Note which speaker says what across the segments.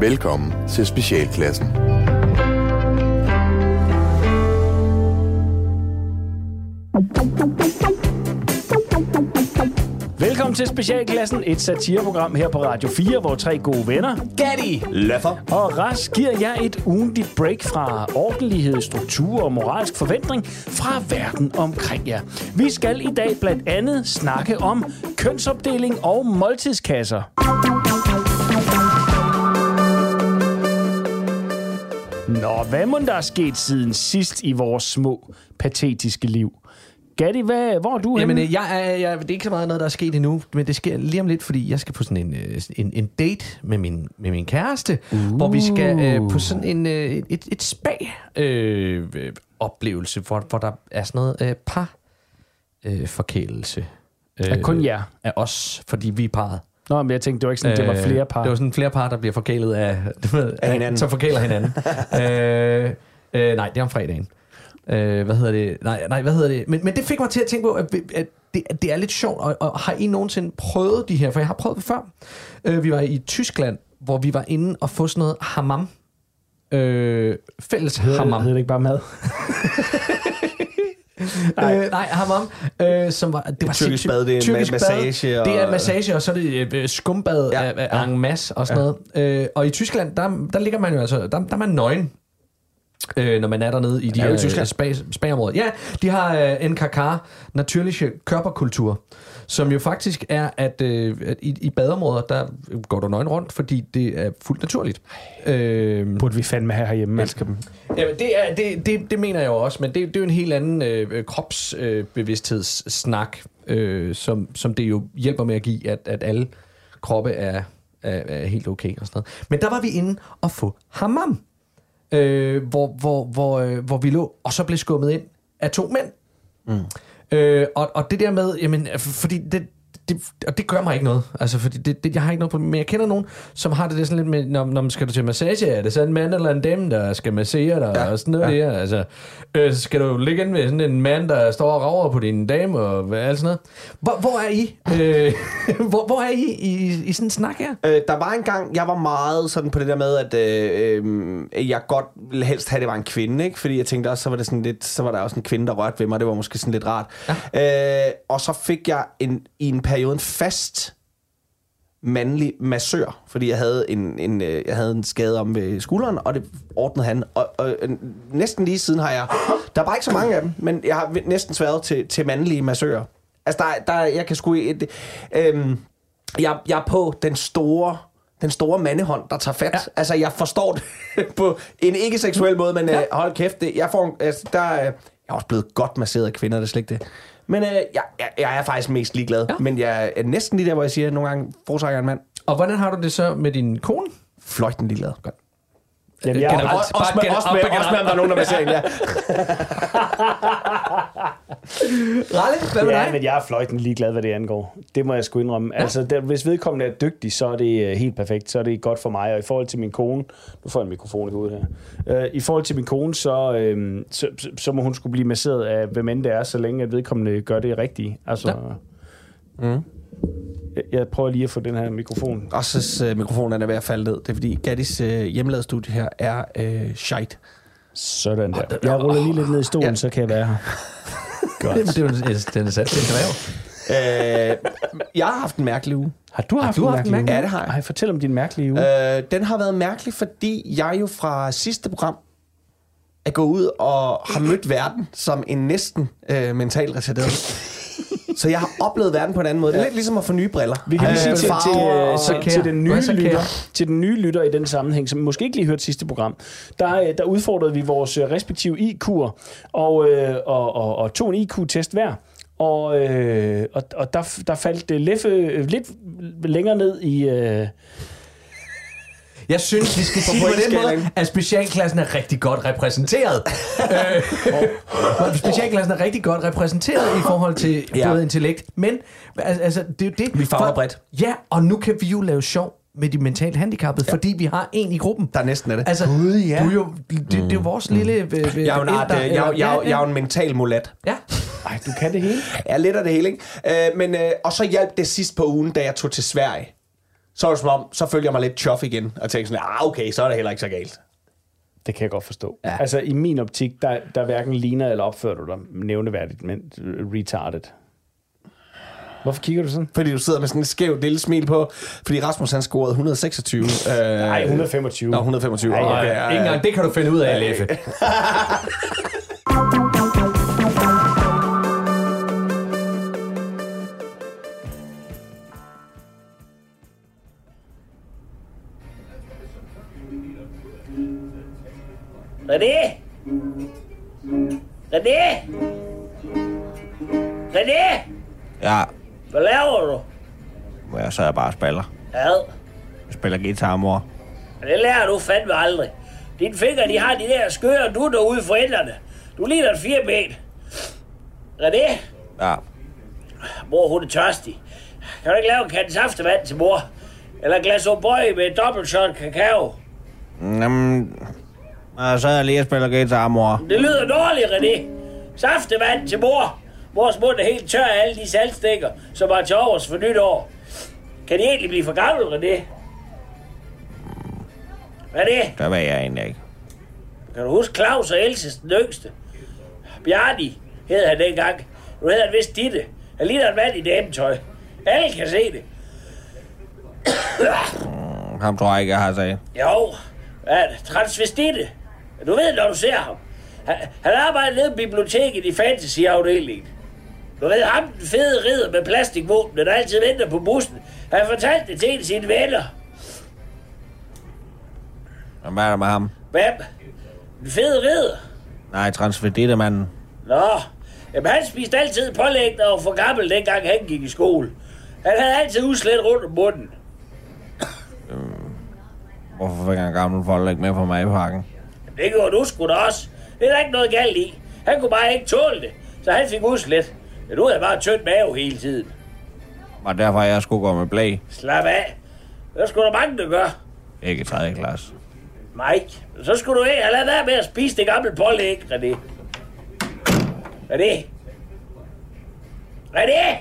Speaker 1: Velkommen til Specialklassen.
Speaker 2: Velkommen til Specialklassen, et satireprogram her på Radio 4, hvor tre gode venner, Gatti,
Speaker 3: Leffer
Speaker 2: og Ras, giver jer et ugentligt break fra ordentlighed, struktur og moralsk forventning fra verden omkring jer. Vi skal i dag blandt andet snakke om kønsopdeling og måltidskasser. Nå, hvad må der er sket siden sidst i vores små, patetiske liv? Gatti, hvor er du henne?
Speaker 3: Jamen, det er ikke så meget noget, der er sket endnu, men det sker lige om lidt, fordi jeg skal på sådan en date med min kæreste, hvor vi skal på sådan et spa-oplevelse, hvor der er sådan noget forkælelse.
Speaker 2: Kun jer?
Speaker 3: Af os, fordi vi er parret.
Speaker 2: Nå, men jeg tænkte, det var ikke sådan, det var flere par.
Speaker 3: Det var sådan flere par, der bliver forkælet af hinanden. Som forkæler hinanden. Nej, det er om fredagen. Hvad hedder det? Men det fik mig til at tænke på, at det er lidt sjovt, og har I nogensinde prøvet de her? For jeg har prøvet det før. Vi var i Tyskland, hvor vi var inde og få sådan noget hammam. Fælles hammam.
Speaker 2: Hedder det ikke bare mad?
Speaker 3: Nej, hammam. Som var, det var
Speaker 4: tyrkisk bad, det er massage.
Speaker 3: Og... Det er massage, og så er det skumbad af en masse og sådan noget. Og i Tyskland, der ligger man jo altså, der er man nøgen. Når man er dernede i de her spa-områder. Ja, de har NKK, Natürliche Körperkultur, som jo faktisk er, at i badeområder, der går du nøgen rundt, fordi det er fuldt naturligt.
Speaker 2: Burde vi fandme have herhjemme, elsker dem.
Speaker 3: Jamen, det mener jeg jo også, men det er jo en helt anden kropsbevidsthedssnak, som det jo hjælper med at give, at alle kroppe er helt okay og sådan noget. Men der var vi inde og få hammam. Hvor vi lå, og så blev skubbet ind af to mænd. Og det der med, jamen, fordi det gør mig ikke noget. Altså, fordi jeg har ikke noget problem. Men jeg kender nogen, som har det der sådan lidt med, når man skal du til massage, er det så en mand eller en dame, der skal massere dig, og sådan noget der. Altså, skal du ligge ind med sådan en mand, der står og rager på din dame, og alt sådan noget. Hvor er I? Hvor er I i sådan en snak her?
Speaker 4: Der var en gang, jeg var meget sådan på det der med, at jeg godt ville helst have, det var en kvinde, ikke? Fordi jeg tænkte også, så var der også en kvinde, der rørte ved mig. Det var måske sådan lidt rart. Ja. Og så fik jeg i en periode en fast mandlig massør, fordi jeg havde en skade om ved skulderen, og det ordnede han. Og næsten lige siden har jeg... Der er bare ikke så mange af dem, men jeg har næsten sværet til mandlige massører. Altså, jeg kan sgu... Jeg er på den store mandehånd, der tager fat. Ja. Altså, jeg forstår det på en ikke-seksuel måde, men hold kæft, jeg er også blevet godt masseret af kvinder, det er slet ikke det. Men jeg er faktisk mest ligeglad. Ja. Men jeg er næsten lige der, hvor jeg siger, at nogle gange foretrækker en mand.
Speaker 3: Og hvordan har du det så med din kone?
Speaker 4: Fløjten ligeglad. Godt.
Speaker 2: Jamen,
Speaker 4: også med, om der er nogen, der masserer en, ja.
Speaker 3: Ralle, hvad med dig?
Speaker 2: Ja, men jeg er fløjten ligeglad, hvad det angår. Det må jeg sgu indrømme. Ja. Altså, hvis vedkommende er dygtig, så er det helt perfekt. Så er det godt for mig. Og i forhold til min kone... Nu får jeg en mikrofon i hovedet her. I forhold til min kone, så må hun skulle blive masseret af, hvem end det er, så længe at vedkommende gør det rigtigt. Altså... Ja. Jeg prøver lige at få den her mikrofon.
Speaker 4: Også mikrofonen er ved at falde ned. Det er fordi Gattis hjemmelavede studie her er shite.
Speaker 2: Sådan der. Jeg ruller lige lidt ned i stolen, så kan jeg være her.
Speaker 3: Godt. Den er sat. Den kan være.
Speaker 4: Jeg har haft en mærkelig uge.
Speaker 2: Har du haft en mærkelig uge?
Speaker 4: Ja, det har jeg.
Speaker 2: Ej, fortæl om din mærkelige uge.
Speaker 4: Den har været mærkelig, fordi jeg jo fra sidste program er gået ud og har mødt verden som en næsten mental retarderet. Så jeg har oplevet verden på en anden måde. Det er lidt ligesom at få nye briller.
Speaker 2: Vi kan lige sige til den nye lytter i den sammenhæng, som måske ikke lige hørte sidste program, der udfordrede vi vores respektive IQ'er og tog en IQ-test hver. Og der faldt Leffe lidt længere ned i...
Speaker 3: Jeg synes, vi skal sige på den måde, at specialklassen er rigtig godt repræsenteret. Specialklassen er rigtig godt repræsenteret i forhold til både intellekt, men altså, det er jo det.
Speaker 4: Vi farver bredt.
Speaker 3: Ja, og nu kan vi jo lave sjov med de mentalt handicappede, fordi vi har en i gruppen.
Speaker 4: Der næsten er det.
Speaker 3: Altså, Gud, ja. Det er jo vores lille...
Speaker 4: Jeg er jo en mental mulat.
Speaker 3: Ja.
Speaker 2: Ej, du kan det hele.
Speaker 4: Ja, lidt af det hele, ikke? Og så hjalp det sidst på ugen, da jeg tog til Sverige. så var det som om, så følte jeg mig lidt chuff igen, og tænkte sådan, okay, så er det heller ikke så galt.
Speaker 2: Det kan jeg godt forstå.
Speaker 4: Ja.
Speaker 2: Altså, i min optik, der hverken ligner eller opfører du dig nævneværdigt, men retarded. Hvorfor kigger du sådan?
Speaker 4: Fordi du sidder med sådan et skævt lille smil på, fordi Rasmus han scorede 126.
Speaker 2: Nej, 125.
Speaker 4: Nå, 125.
Speaker 2: Ja,
Speaker 4: Okay,
Speaker 3: Ikke engang det kan du finde ud af, Leffe.
Speaker 5: René!
Speaker 6: Ja,
Speaker 5: Hvad laver du?
Speaker 6: hvor jeg så bare spiller.
Speaker 5: Ja,
Speaker 6: Jeg spiller guitar, mor.
Speaker 5: det lærer du fandme aldrig. Dine fingre, de har de der skøre dutter ude for enderne. Du ligner et 4 ben. René?
Speaker 6: Ja,
Speaker 5: Mor, hun er tørstig. Kan du ikke lave en kande saftevand til mor? Eller et glas O'boy med dobbelt shot kakao?
Speaker 6: jamen... Så er jeg lige at spille guitar, mor.
Speaker 5: Det lyder dårligt, René. Saftevand til mor. Mors mund er helt tør af alle de saltstikker, som var til overs for nytår. Kan de egentlig blive for gammel, René? René,
Speaker 6: Der var jeg egentlig ikke.
Speaker 5: kan du huske Claus og Elses, den yngste? Bjarni hed han dengang. Nu hedder han vist Ditte. Han ligner en mand i dametøj. Alle kan se det.
Speaker 6: Ham tror jeg ikke, jeg har sagt.
Speaker 5: Jo, transvestitte. Du ved, når du ser ham. Han arbejder nede på biblioteket i fantasy-afdelingen. Du ved ham, den fede ridder med plastikvåben, der altid venter på bussen. Han fortalte det til en af sine venner.
Speaker 6: Hvad er der med ham?
Speaker 5: Hvem? Den fede ridder?
Speaker 6: Nej, transvestitte-manden.
Speaker 5: Nå, jamen han spiste altid pålæg, og var for gammel, dengang han gik i skole. Han havde altid udslet rundt om munden.
Speaker 6: Hvorfor fik han gammel folk med på mig i parken?
Speaker 5: Det gjorde du sgu da også. Det er der ikke noget galt i. Han kunne bare ikke tåle det, så han fik udslet. Men nu havde bare tynd mave hele tiden.
Speaker 6: Og derfor jeg skulle gå med blæ.
Speaker 5: Slap af. Det skulle der mange, der gør.
Speaker 6: Ikke i 3. klasse.
Speaker 5: Mike, så skulle du ikke have ladet være med at spise det gamle pålæg, René. René? René?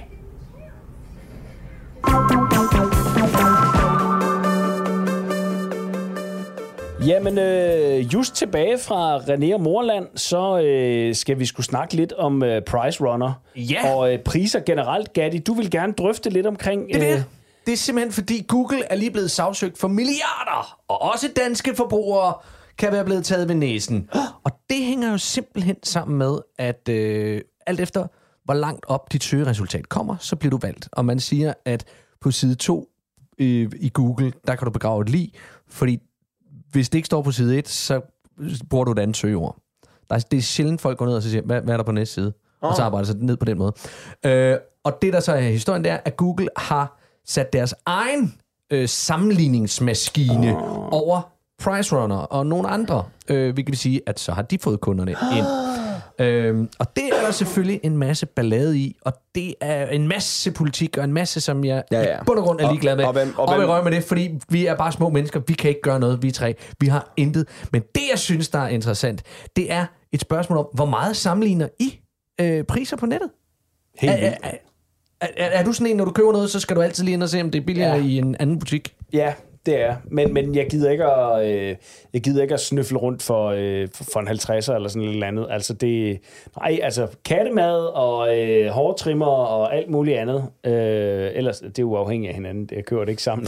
Speaker 2: Jamen, just tilbage fra René og Morland, så skal vi skulle snakke lidt om Price Runner.
Speaker 3: Ja.
Speaker 2: Og priser generelt, Gatti. Du vil gerne drøfte lidt omkring...
Speaker 3: Det er simpelthen fordi Google er lige blevet sagsøgt for milliarder, og også danske forbrugere kan være blevet taget ved næsen. Og det hænger jo simpelthen sammen med, at alt efter hvor langt op dit søgeresultat kommer, så bliver du valgt. Og man siger, at på side 2 i Google, der kan du begrave et lig, fordi hvis det ikke står på side 1, så bruger du et andet søgeord. Det er sjældent, folk går ned og siger, hvad er der på næste side? Og så arbejder sig ned på den måde. Og det, der så er historien, det er, at Google har sat deres egen sammenligningsmaskine over Price Runner og nogle andre. Vi kan sige, at så har de fået kunderne ind. Og det er der selvfølgelig en masse ballade i, og det er en masse politik, og en masse, som jeg i bund og grund er ligeglad med. Og vi rører med det, fordi vi er bare små mennesker. Vi kan ikke gøre noget, vi tre. Vi har intet. Men det, jeg synes, der er interessant, det er et spørgsmål om, hvor meget sammenligner I priser på nettet?
Speaker 2: Helt vildt.
Speaker 3: Er du sådan en, når du køber noget, så skal du altid lige ind og se, om det er billigere i en anden butik?
Speaker 2: Ja, det er. Men jeg gider ikke at snøffle rundt for en 50'er eller sådan noget andet. Altså det, kattemad og hårtrimmer og alt muligt andet. Ellers det er uafhængigt af hinanden. Jeg køber det ikke sammen.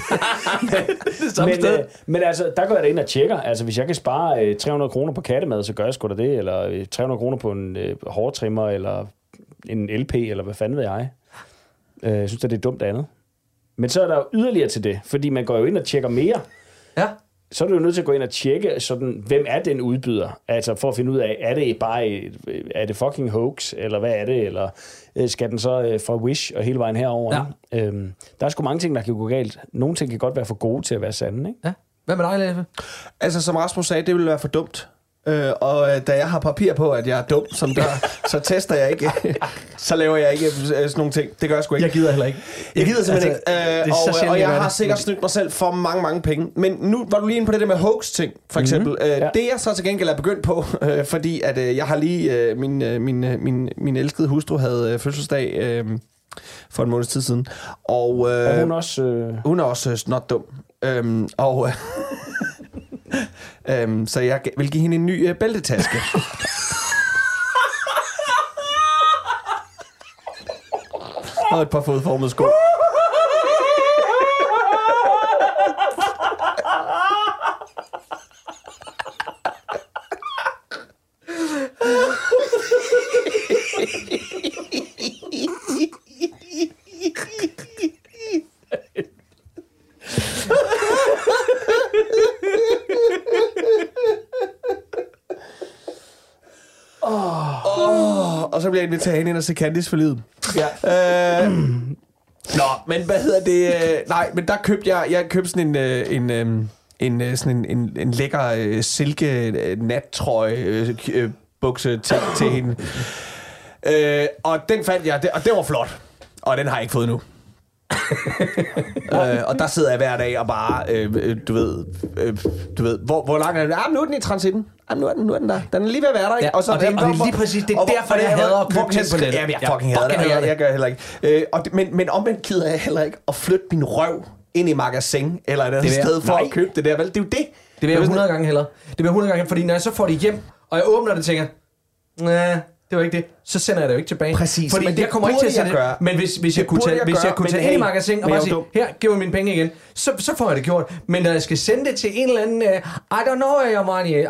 Speaker 2: men altså der går jeg da ind og tjekker. Altså hvis jeg kan spare 300 kroner på kattemad, så gør jeg sgu da det. Eller 300 kroner på en hårtrimmer eller en LP eller hvad fanden ved jeg. Jeg synes det er dumt andet. Men så er der jo yderligere til det, fordi man går jo ind og tjekker mere.
Speaker 3: Ja.
Speaker 2: Så er du jo nødt til at gå ind og tjekke, sådan, hvem er den udbyder? Altså for at finde ud af, er det fucking hoax, eller hvad er det? Eller skal den så fra Wish og hele vejen herover? Ja. Der er sgu mange ting, der kan gå galt. Nogle ting kan godt være for gode til at være sande, ikke?
Speaker 3: Ja. Hvad med dig, Leffe?
Speaker 4: Altså, som Rasmus sagde, det ville være for dumt. Og da jeg har papir på, at jeg er dum som dør, så tester jeg ikke. Så laver jeg ikke sådan nogle ting. Det gør jeg sgu ikke.
Speaker 3: Jeg gider heller ikke.
Speaker 4: Jeg gider simpelthen ikke. Og jeg har sikkert snydt mig selv for mange penge. Men nu var du lige inde på det der med hoax-ting, for eksempel. Det jeg så til gengæld er begyndt på, fordi at jeg har lige... Min elskede hustru havde fødselsdag for en måneds tid siden. Og
Speaker 2: hun også...
Speaker 4: Hun er også snot dum. Så jeg vil give hende en ny bæltetaske. Og et par fodformede sko. Og så bliver jeg inviteret hende ind og se Candice for livet. Ja. Men hvad hedder det? Nej, men der købte jeg købte sådan en lækker silke nattrøje bukse til hende. Og den fandt jeg, og det var flot. Og den har jeg ikke fået nu. Og der sidder jeg hver dag og bare, du ved, hvor lang er den? Nu er den i transitten. Nu er den der. Den er lige ved at være der, ikke?
Speaker 3: Ja, og det er lige præcis, det er derfor, jeg hader at købe ting på nettet.
Speaker 4: Jamen, jeg fucking hader det, jeg gør heller ikke. Men omvendt gider jeg heller ikke at flytte min røv ind i magasin, eller et andet sted for at købe det der, vel? Det er jo det.
Speaker 3: Det vil jeg 100 gange hellere. Fordi når jeg så får det hjem, og jeg åbner det, tænker det var ikke det. Så sender jeg det jo ikke tilbage.
Speaker 4: Præcis.
Speaker 3: Fordi
Speaker 4: men
Speaker 3: jeg kommer ikke til at sætte det. Men hvis jeg kunne tage ind i magasin og bare sige, her, giv mig mine penge igen, så får jeg det gjort. Men når jeg skal sende det til en eller anden, I don't know your money,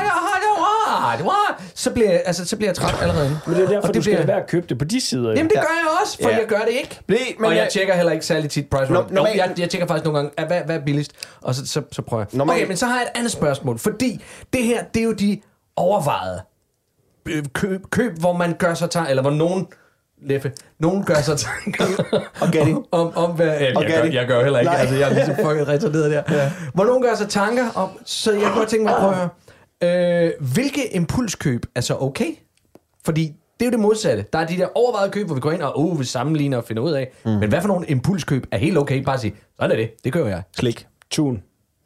Speaker 3: så bliver jeg træt allerede.
Speaker 2: Men det er derfor, du skal være at købe det på de sider.
Speaker 3: Jamen det gør jeg også, for jeg gør det ikke. Og jeg tjekker heller ikke særlig tit price running. Jeg tjekker faktisk nogle gange, hvad er billigst, og så prøver jeg. Okay, men så har jeg et andet spørgsmål, fordi det her, det er jo de overvejede køb, hvor man gør sig tanker, eller hvor nogen gør sig tanker om hvad... Jeg gør heller ikke, altså jeg er ligesom fucking retarderet der. Ja. Hvor nogen gør sig tanker om, så jeg kunne tænke mig at prøve at høre, hvilke impulskøb er så okay? Fordi det er jo det modsatte. Der er de der overvejede køb, hvor vi går ind og vi sammenligner og finder ud af. Men hvad for nogle impulskøb er helt okay? Bare sige, sådan er det køber jeg.
Speaker 4: Slik.
Speaker 2: Tun.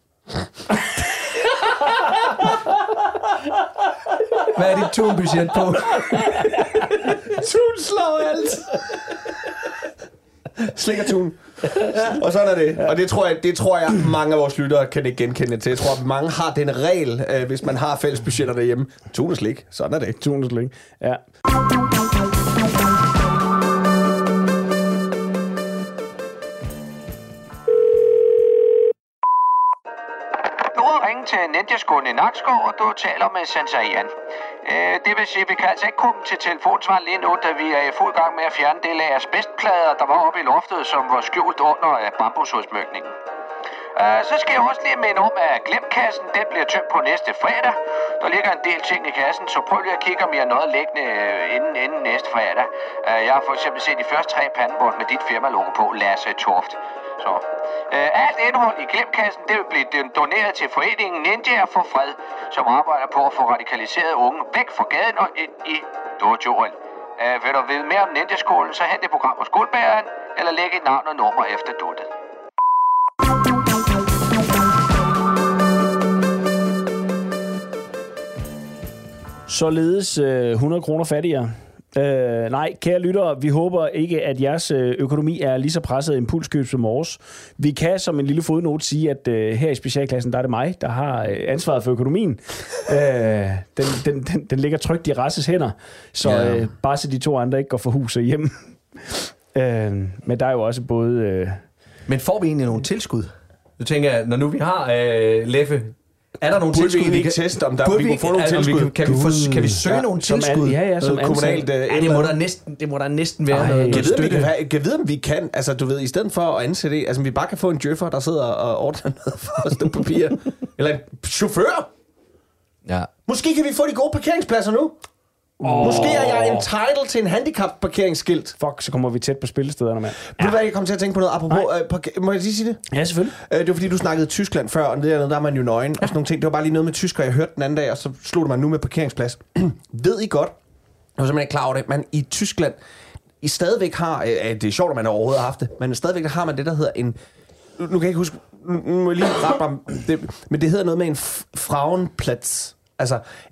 Speaker 3: Hvad er dit tunbudget på?
Speaker 4: Tun slår alt. Slik og tun. Og sådan er det. Og det tror jeg mange af vores lyttere kan ikke genkende til. Jeg tror, at mange har den regel, hvis man har fælles budgetter derhjemme. Tun og slik. Sådan er det.
Speaker 2: Tun og slik. Ja.
Speaker 7: Til Ninjaskolen i Nakskov, og du taler med Senseian. Det vil sige, at vi kan altså ikke komme til telefonsvar lige nu, da vi er i fuld gang med at fjerne det af asbestplader, der var oppe i loftet, som var skjult under bambusudsmykningen. Så skal jeg også lige minde om, at glemkassen, den bliver tømt på næste fredag. Der ligger en del ting i kassen, så prøv lige at kigge, om I har noget liggende inden næste fredag. Jeg har for eksempel set de første 3 pandebånd med dit firmalogo på, Lasse Toft. Så alt indhold i glemkassen, det vil blive doneret til foreningen Ninja for Fred, som arbejder på at få radikaliseret unge væk fra gaden og ind i dojoen. Vil du vide mere om Ninjaskolen, så hent det program hos Guldbæren, eller læg et navn og nummer efter duttet.
Speaker 2: Således 100 kroner fattigere. Nej, kære lyttere, vi håber ikke, at jeres økonomi er lige så presset impulskøb som vores. Vi kan som en lille fodnote sige, at her i specialklassen, der er det mig, der har ansvaret for økonomien. Den ligger trygt i Rasses hænder, så bare så de 2 andre ikke går for hus og hjem. Men der er jo også både...
Speaker 3: Men får vi egentlig nogle tilskud? Nu tænker jeg, når nu vi har Leffe... Er der nogle tilskud?
Speaker 4: Vi kan teste, om vi kan få nogle tilskud?
Speaker 3: Kan vi søge nogle tilskud?
Speaker 2: Ja, som
Speaker 4: kommunalt.
Speaker 3: Det må der næsten være noget
Speaker 4: støtte. Jeg ved, om vi kan, altså du ved, i stedet for at ansætte, altså vi bare kan få en djøffer, der sidder og ordner noget for os, det papir. Eller en chauffør.
Speaker 3: Ja.
Speaker 4: Måske kan vi få de gode parkeringspladser nu. Måske er jeg entitled til en handicap-parkeringsskilt.
Speaker 2: Fuck, så kommer vi tæt på spillestederne, mand.
Speaker 4: Ved du hvad, jeg kom til at tænke på noget apropos... må jeg lige sige det?
Speaker 2: Ja, selvfølgelig.
Speaker 4: Det var fordi, du snakkede Tyskland før, og der er man jo nøgen og sådan nogle ting. Det var bare lige noget med tysker, jeg hørte den anden dag, og så slog det mig nu med parkeringsplads. Ved I godt, jeg var simpelthen ikke klar over det, man i Tyskland I stadigvæk har... det er sjovt, at man overhovedet har haft det, men stadigvæk har man det, der hedder en... Nu kan jeg ikke huske... Nu må jeg lige rette mig... Men det hedder noget med en Frauenplatz. Altså en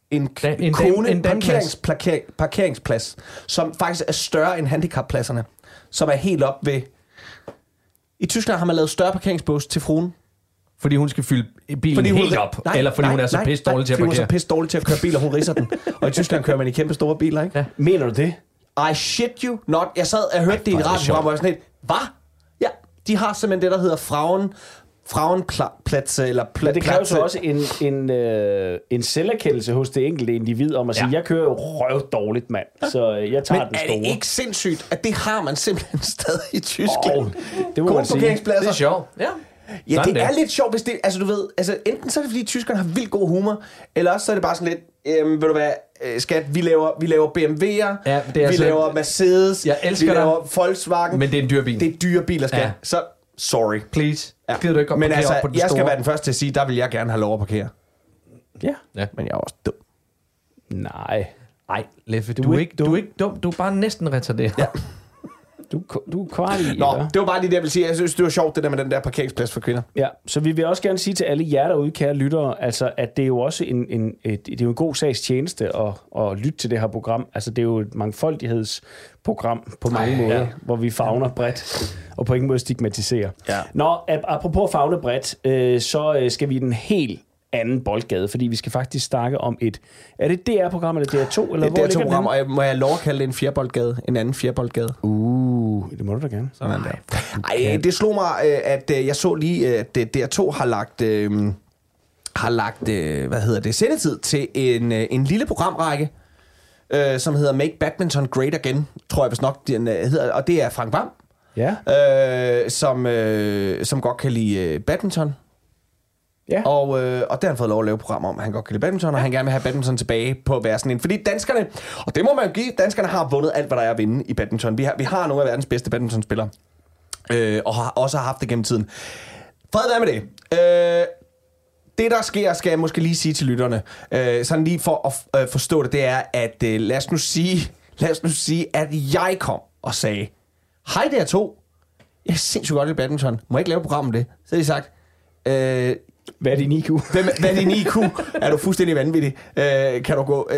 Speaker 4: en parkeringsplads, som faktisk er større end handicappladserne, som er helt op ved... I Tyskland har man lavet større parkeringsbås til fruen.
Speaker 3: Fordi hun skal fylde bilen helt op? Eller fordi hun er så pisse dårlig til at parkere?
Speaker 4: Fordi hun er så pisse dårlig til at køre bil, og hun ridser den. Og i Tyskland kører man i kæmpe store biler, ikke?
Speaker 2: Ja. Mener du det?
Speaker 4: I shit you not. Jeg sad og hørte det i et radioprogram, hvor jeg sådan lidt, hvad? Ja, de har simpelthen det, der hedder Frauenplatz eller
Speaker 2: Men det kræver så også en selverkendelse hos det enkelte individ om at sige, jeg kører jo røv dårligt, mand. Så jeg tager den store.
Speaker 4: Men er det ikke sindssygt, at det har man simpelthen stadig i Tyskland?
Speaker 2: Det må man sige.
Speaker 3: Det er sjovt. Ja.
Speaker 4: Ja, det er lidt sjovt, hvis det... Altså, du ved... Altså, enten så er det, fordi tyskerne har vildt god humor, eller også så er det bare sådan lidt... ved du hvad, skat, vi laver BMW'er,
Speaker 3: ja,
Speaker 4: vi laver Mercedes,
Speaker 3: jeg elsker
Speaker 4: vi laver Volkswagen.
Speaker 3: Men det er en dyr bil.
Speaker 4: Det er dyre biler, skat. Ja. Så, sorry.
Speaker 3: Please.
Speaker 4: Ja.
Speaker 3: Gider du ikke
Speaker 4: men altså,
Speaker 3: på den
Speaker 4: jeg
Speaker 3: store?
Speaker 4: skal være den første til at sige, der vil jeg gerne have lov at parkere.
Speaker 2: Ja.
Speaker 4: Men jeg er også dum.
Speaker 2: Nej,
Speaker 3: Leffe, du er ikke dum. Du er bare næsten retarderet. Ja.
Speaker 2: Du er kvart i.
Speaker 4: Nå, det var bare lige det, jeg vil sige. Jeg synes, det var sjovt, det der med den der parkeringsplads for kvinder.
Speaker 2: Ja, så vi vil også gerne sige til alle jer derude, kære lyttere, altså, at det er jo også det er jo en god sags tjeneste at lytte til det her program. Altså, det er jo et mangfoldighedsprogram på mange måder, hvor vi favner bredt og på ingen måde stigmatiserer. Ja. Nå, apropos favne bredt, så skal vi i den helt anden boldgade, fordi vi skal faktisk snakke om er det DR-program eller DR2? Eller
Speaker 4: det er DR2-program, og må jeg lov at kalde det en fjerboldgade? En anden fjerboldgade?
Speaker 2: Det må du da gerne.
Speaker 4: Sådan der. Ej, det slog mig, at jeg så lige, at DR2 har lagt sendetid til en lille programrække, som hedder Make Badminton Great Again, tror jeg vist nok, den hedder, og det er Frank Hvam, som godt kan lide badminton. Ja. Og det har han fået lov at lave program om. Han godt kan lide badminton, og han gerne vil have badminton tilbage på at være sådan en. Fordi danskerne, og det må man jo give, danskerne har vundet alt, hvad der er at vinde i badminton. Vi har nogle af verdens bedste badmintonspillere, og har også haft det gennem tiden. Fred være med det. Det, der sker, skal jeg måske lige sige til lytterne, sådan lige for at forstå det, det er, at lad os nu sige, at jeg kom og sagde, hej DR2, jeg er sindssygt godt i badminton, må jeg ikke lave et program om det? Så har de sagt,
Speaker 2: hvad er din IQ?
Speaker 4: Hvad er din IQ? Er du fuldstændig vanvittig? Kan du gå...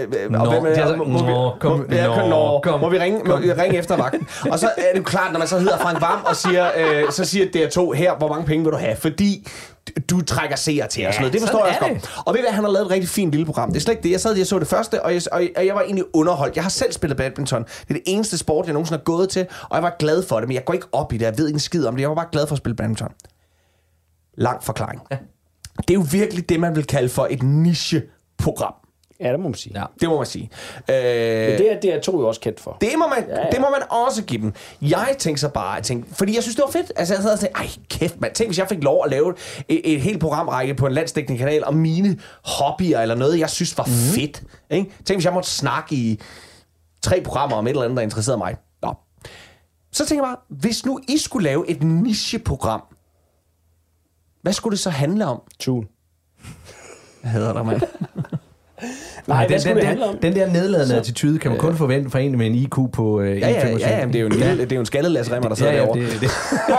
Speaker 4: Må vi ringe efter vagten? Og så er det jo klart, når man så hedder Frank Hvam og siger, så siger DR2 her, hvor mange penge vil du have? Fordi du trækker seere til og sådan noget. Det forstår jeg også godt. Og ved du hvad, han har lavet et rigtig fint lille program. Det er slet ikke det. Jeg sad lige og så det første, og jeg var egentlig underholdt. Jeg har selv spillet badminton. Det er det eneste sport, jeg nogensinde har gået til, og jeg var glad for det, men jeg går ikke op i det. Jeg ved ikke en skid om det. Jeg var bare glad for at spille badminton. Lang forklaring. Ja. Det er jo virkelig det, man vil kalde for et niche-program.
Speaker 2: Ja, det må man sige. Ja.
Speaker 4: Det må man sige.
Speaker 2: Men det er DR2 jo også kendt for.
Speaker 4: Det må man også give dem. Jeg tænkte så bare, fordi jeg synes, det var fedt. Altså, jeg sad og tænkte, ej kæft mand, tænk hvis jeg fik lov at lave et helt programrække på en landsdækkende kanal om mine hobbyer eller noget, jeg synes var fedt. Ikke? Tænk hvis jeg måtte snakke i 3 programmer om et eller andet, der interesserede mig. Nå. Så tænker jeg bare, hvis nu I skulle lave et niche-program, hvad skulle det så handle om?
Speaker 2: Tune.
Speaker 4: Jeg hader dig, mand.
Speaker 2: Nej, hvad skulle det handle om?
Speaker 3: Den der nedladende attitude kan man kun forvente fra en med en IQ på 1,25.
Speaker 4: Ja, men det er jo en skaldet Lasse Remmer, der sidder derovre.
Speaker 3: Det.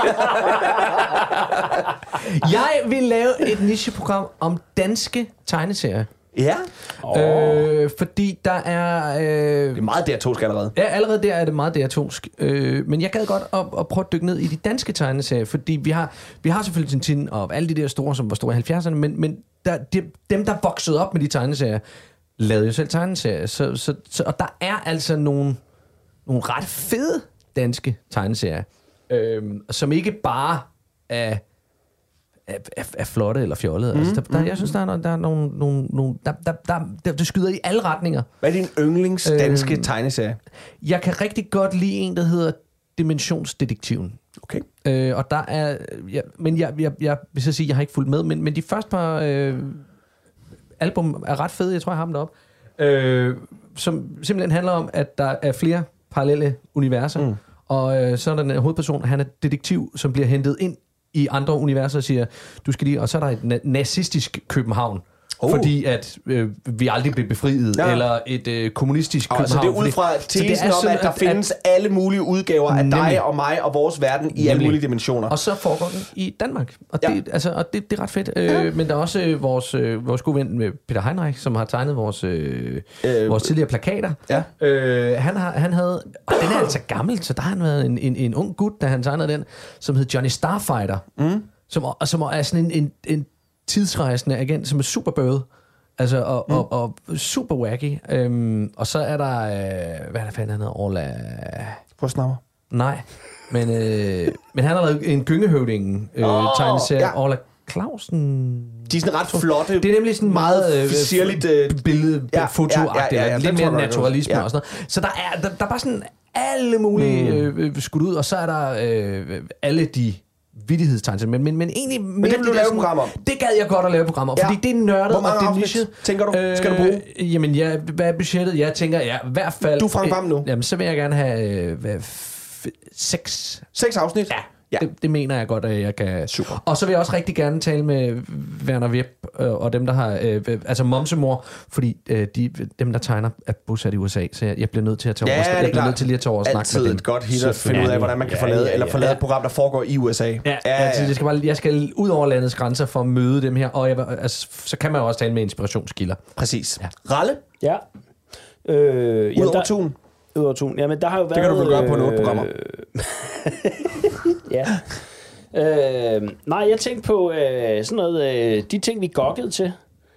Speaker 3: Jeg vil lave et nicheprogram om danske tegneserier.
Speaker 4: Ja.
Speaker 3: Fordi der er...
Speaker 4: det er meget DR2'sk allerede.
Speaker 3: Ja, allerede der er det meget DR2'sk. Men jeg gad godt at prøve at dykke ned i de danske tegneserier, fordi vi har selvfølgelig Tintin og alle de der store, som var store i 70'erne, men dem, der voksede op med de tegneserier, lavede jo selv tegneserier. Og der er altså nogle ret fede danske tegneserier, som ikke bare er flotte eller fjollede. Altså, jeg synes, der er nogle der skyder i alle retninger.
Speaker 4: Hvad er din yndlings danske tegneserie?
Speaker 3: Jeg kan rigtig godt lide en, der hedder Dimensionsdetektiven.
Speaker 4: Okay.
Speaker 3: Og der er... Men jeg vil så sige, jeg har ikke fulgt med, men de første par album er ret fede. Jeg tror, jeg har dem deroppe. Som simpelthen handler om, at der er flere parallelle universer. Og så er der en hovedperson, han er detektiv, som bliver hentet ind i andre universer og siger, du skal lige... Og så er der et nazistisk København. fordi at vi aldrig blev befriet, eller et kommunistisk København.
Speaker 4: Så det er ud fra tesen om, at der findes alle mulige udgaver af dig og mig og vores verden i alle mulige dimensioner.
Speaker 3: Og så foregår den i Danmark. Og det, det er ret fedt. Men der er også vores gode ven Peter Heinrich, som har tegnet vores tidligere plakater. Ja. Han havde, og den er altså gammel, så der har han været en ung gut, da han tegnede den, som hed Johnny Starfighter, som er sådan en tidsrejsende agent, som er super bøvet. Altså, og super wacky. Og så er der, hvad er der fanden, han hedder? Orla...
Speaker 4: Brøstnammer?
Speaker 3: Nej, men han har lavet en Gyngehøvdingen tegneserie. Orla Clausen...
Speaker 4: De er sådan ret flotte.
Speaker 3: Det er nemlig sådan meget
Speaker 4: sirligt
Speaker 3: billede-foto-agtigt. Lidt mere naturalisme og sådan noget. Så der er bare sådan alle mulige skudt ud, og så er der alle de vittighedstegn. Men egentlig...
Speaker 4: Men det vil du lave et program om?
Speaker 3: Det gad jeg godt at lave et program om, fordi det er nørdet, og det er nichet.
Speaker 4: Tænker du? Skal du bruge?
Speaker 3: Jamen, hvad er budgettet? Jeg tænker, i hvert fald...
Speaker 4: Du er Frank Hvam nu?
Speaker 3: Jamen, så vil jeg gerne have 6
Speaker 4: afsnit?
Speaker 3: Ja. Det mener jeg godt, at jeg kan. Super. Og så vil jeg også rigtig gerne tale med Werner Web og dem, der har... altså Momsemor, fordi dem, der tegner, er bosat i USA, så jeg bliver nødt til at tage over. Jeg bliver nødt til lige at tage over og snakke med dem.
Speaker 4: Altid et godt hit at finde ud af, hvordan man kan få lavet et program, der foregår i USA.
Speaker 3: Jeg skal ud over landets grænser for at møde dem her, og så kan man jo også tale med inspirationskilder.
Speaker 4: Præcis. Ralle?
Speaker 2: Ja.
Speaker 4: Udover tun?
Speaker 2: Udover tun. Jamen, der har jo været...
Speaker 4: Det kan du vel gøre på nogle programmer.
Speaker 2: Ja. Nej, jeg tænkte på sådan noget... de ting, vi gokkede til.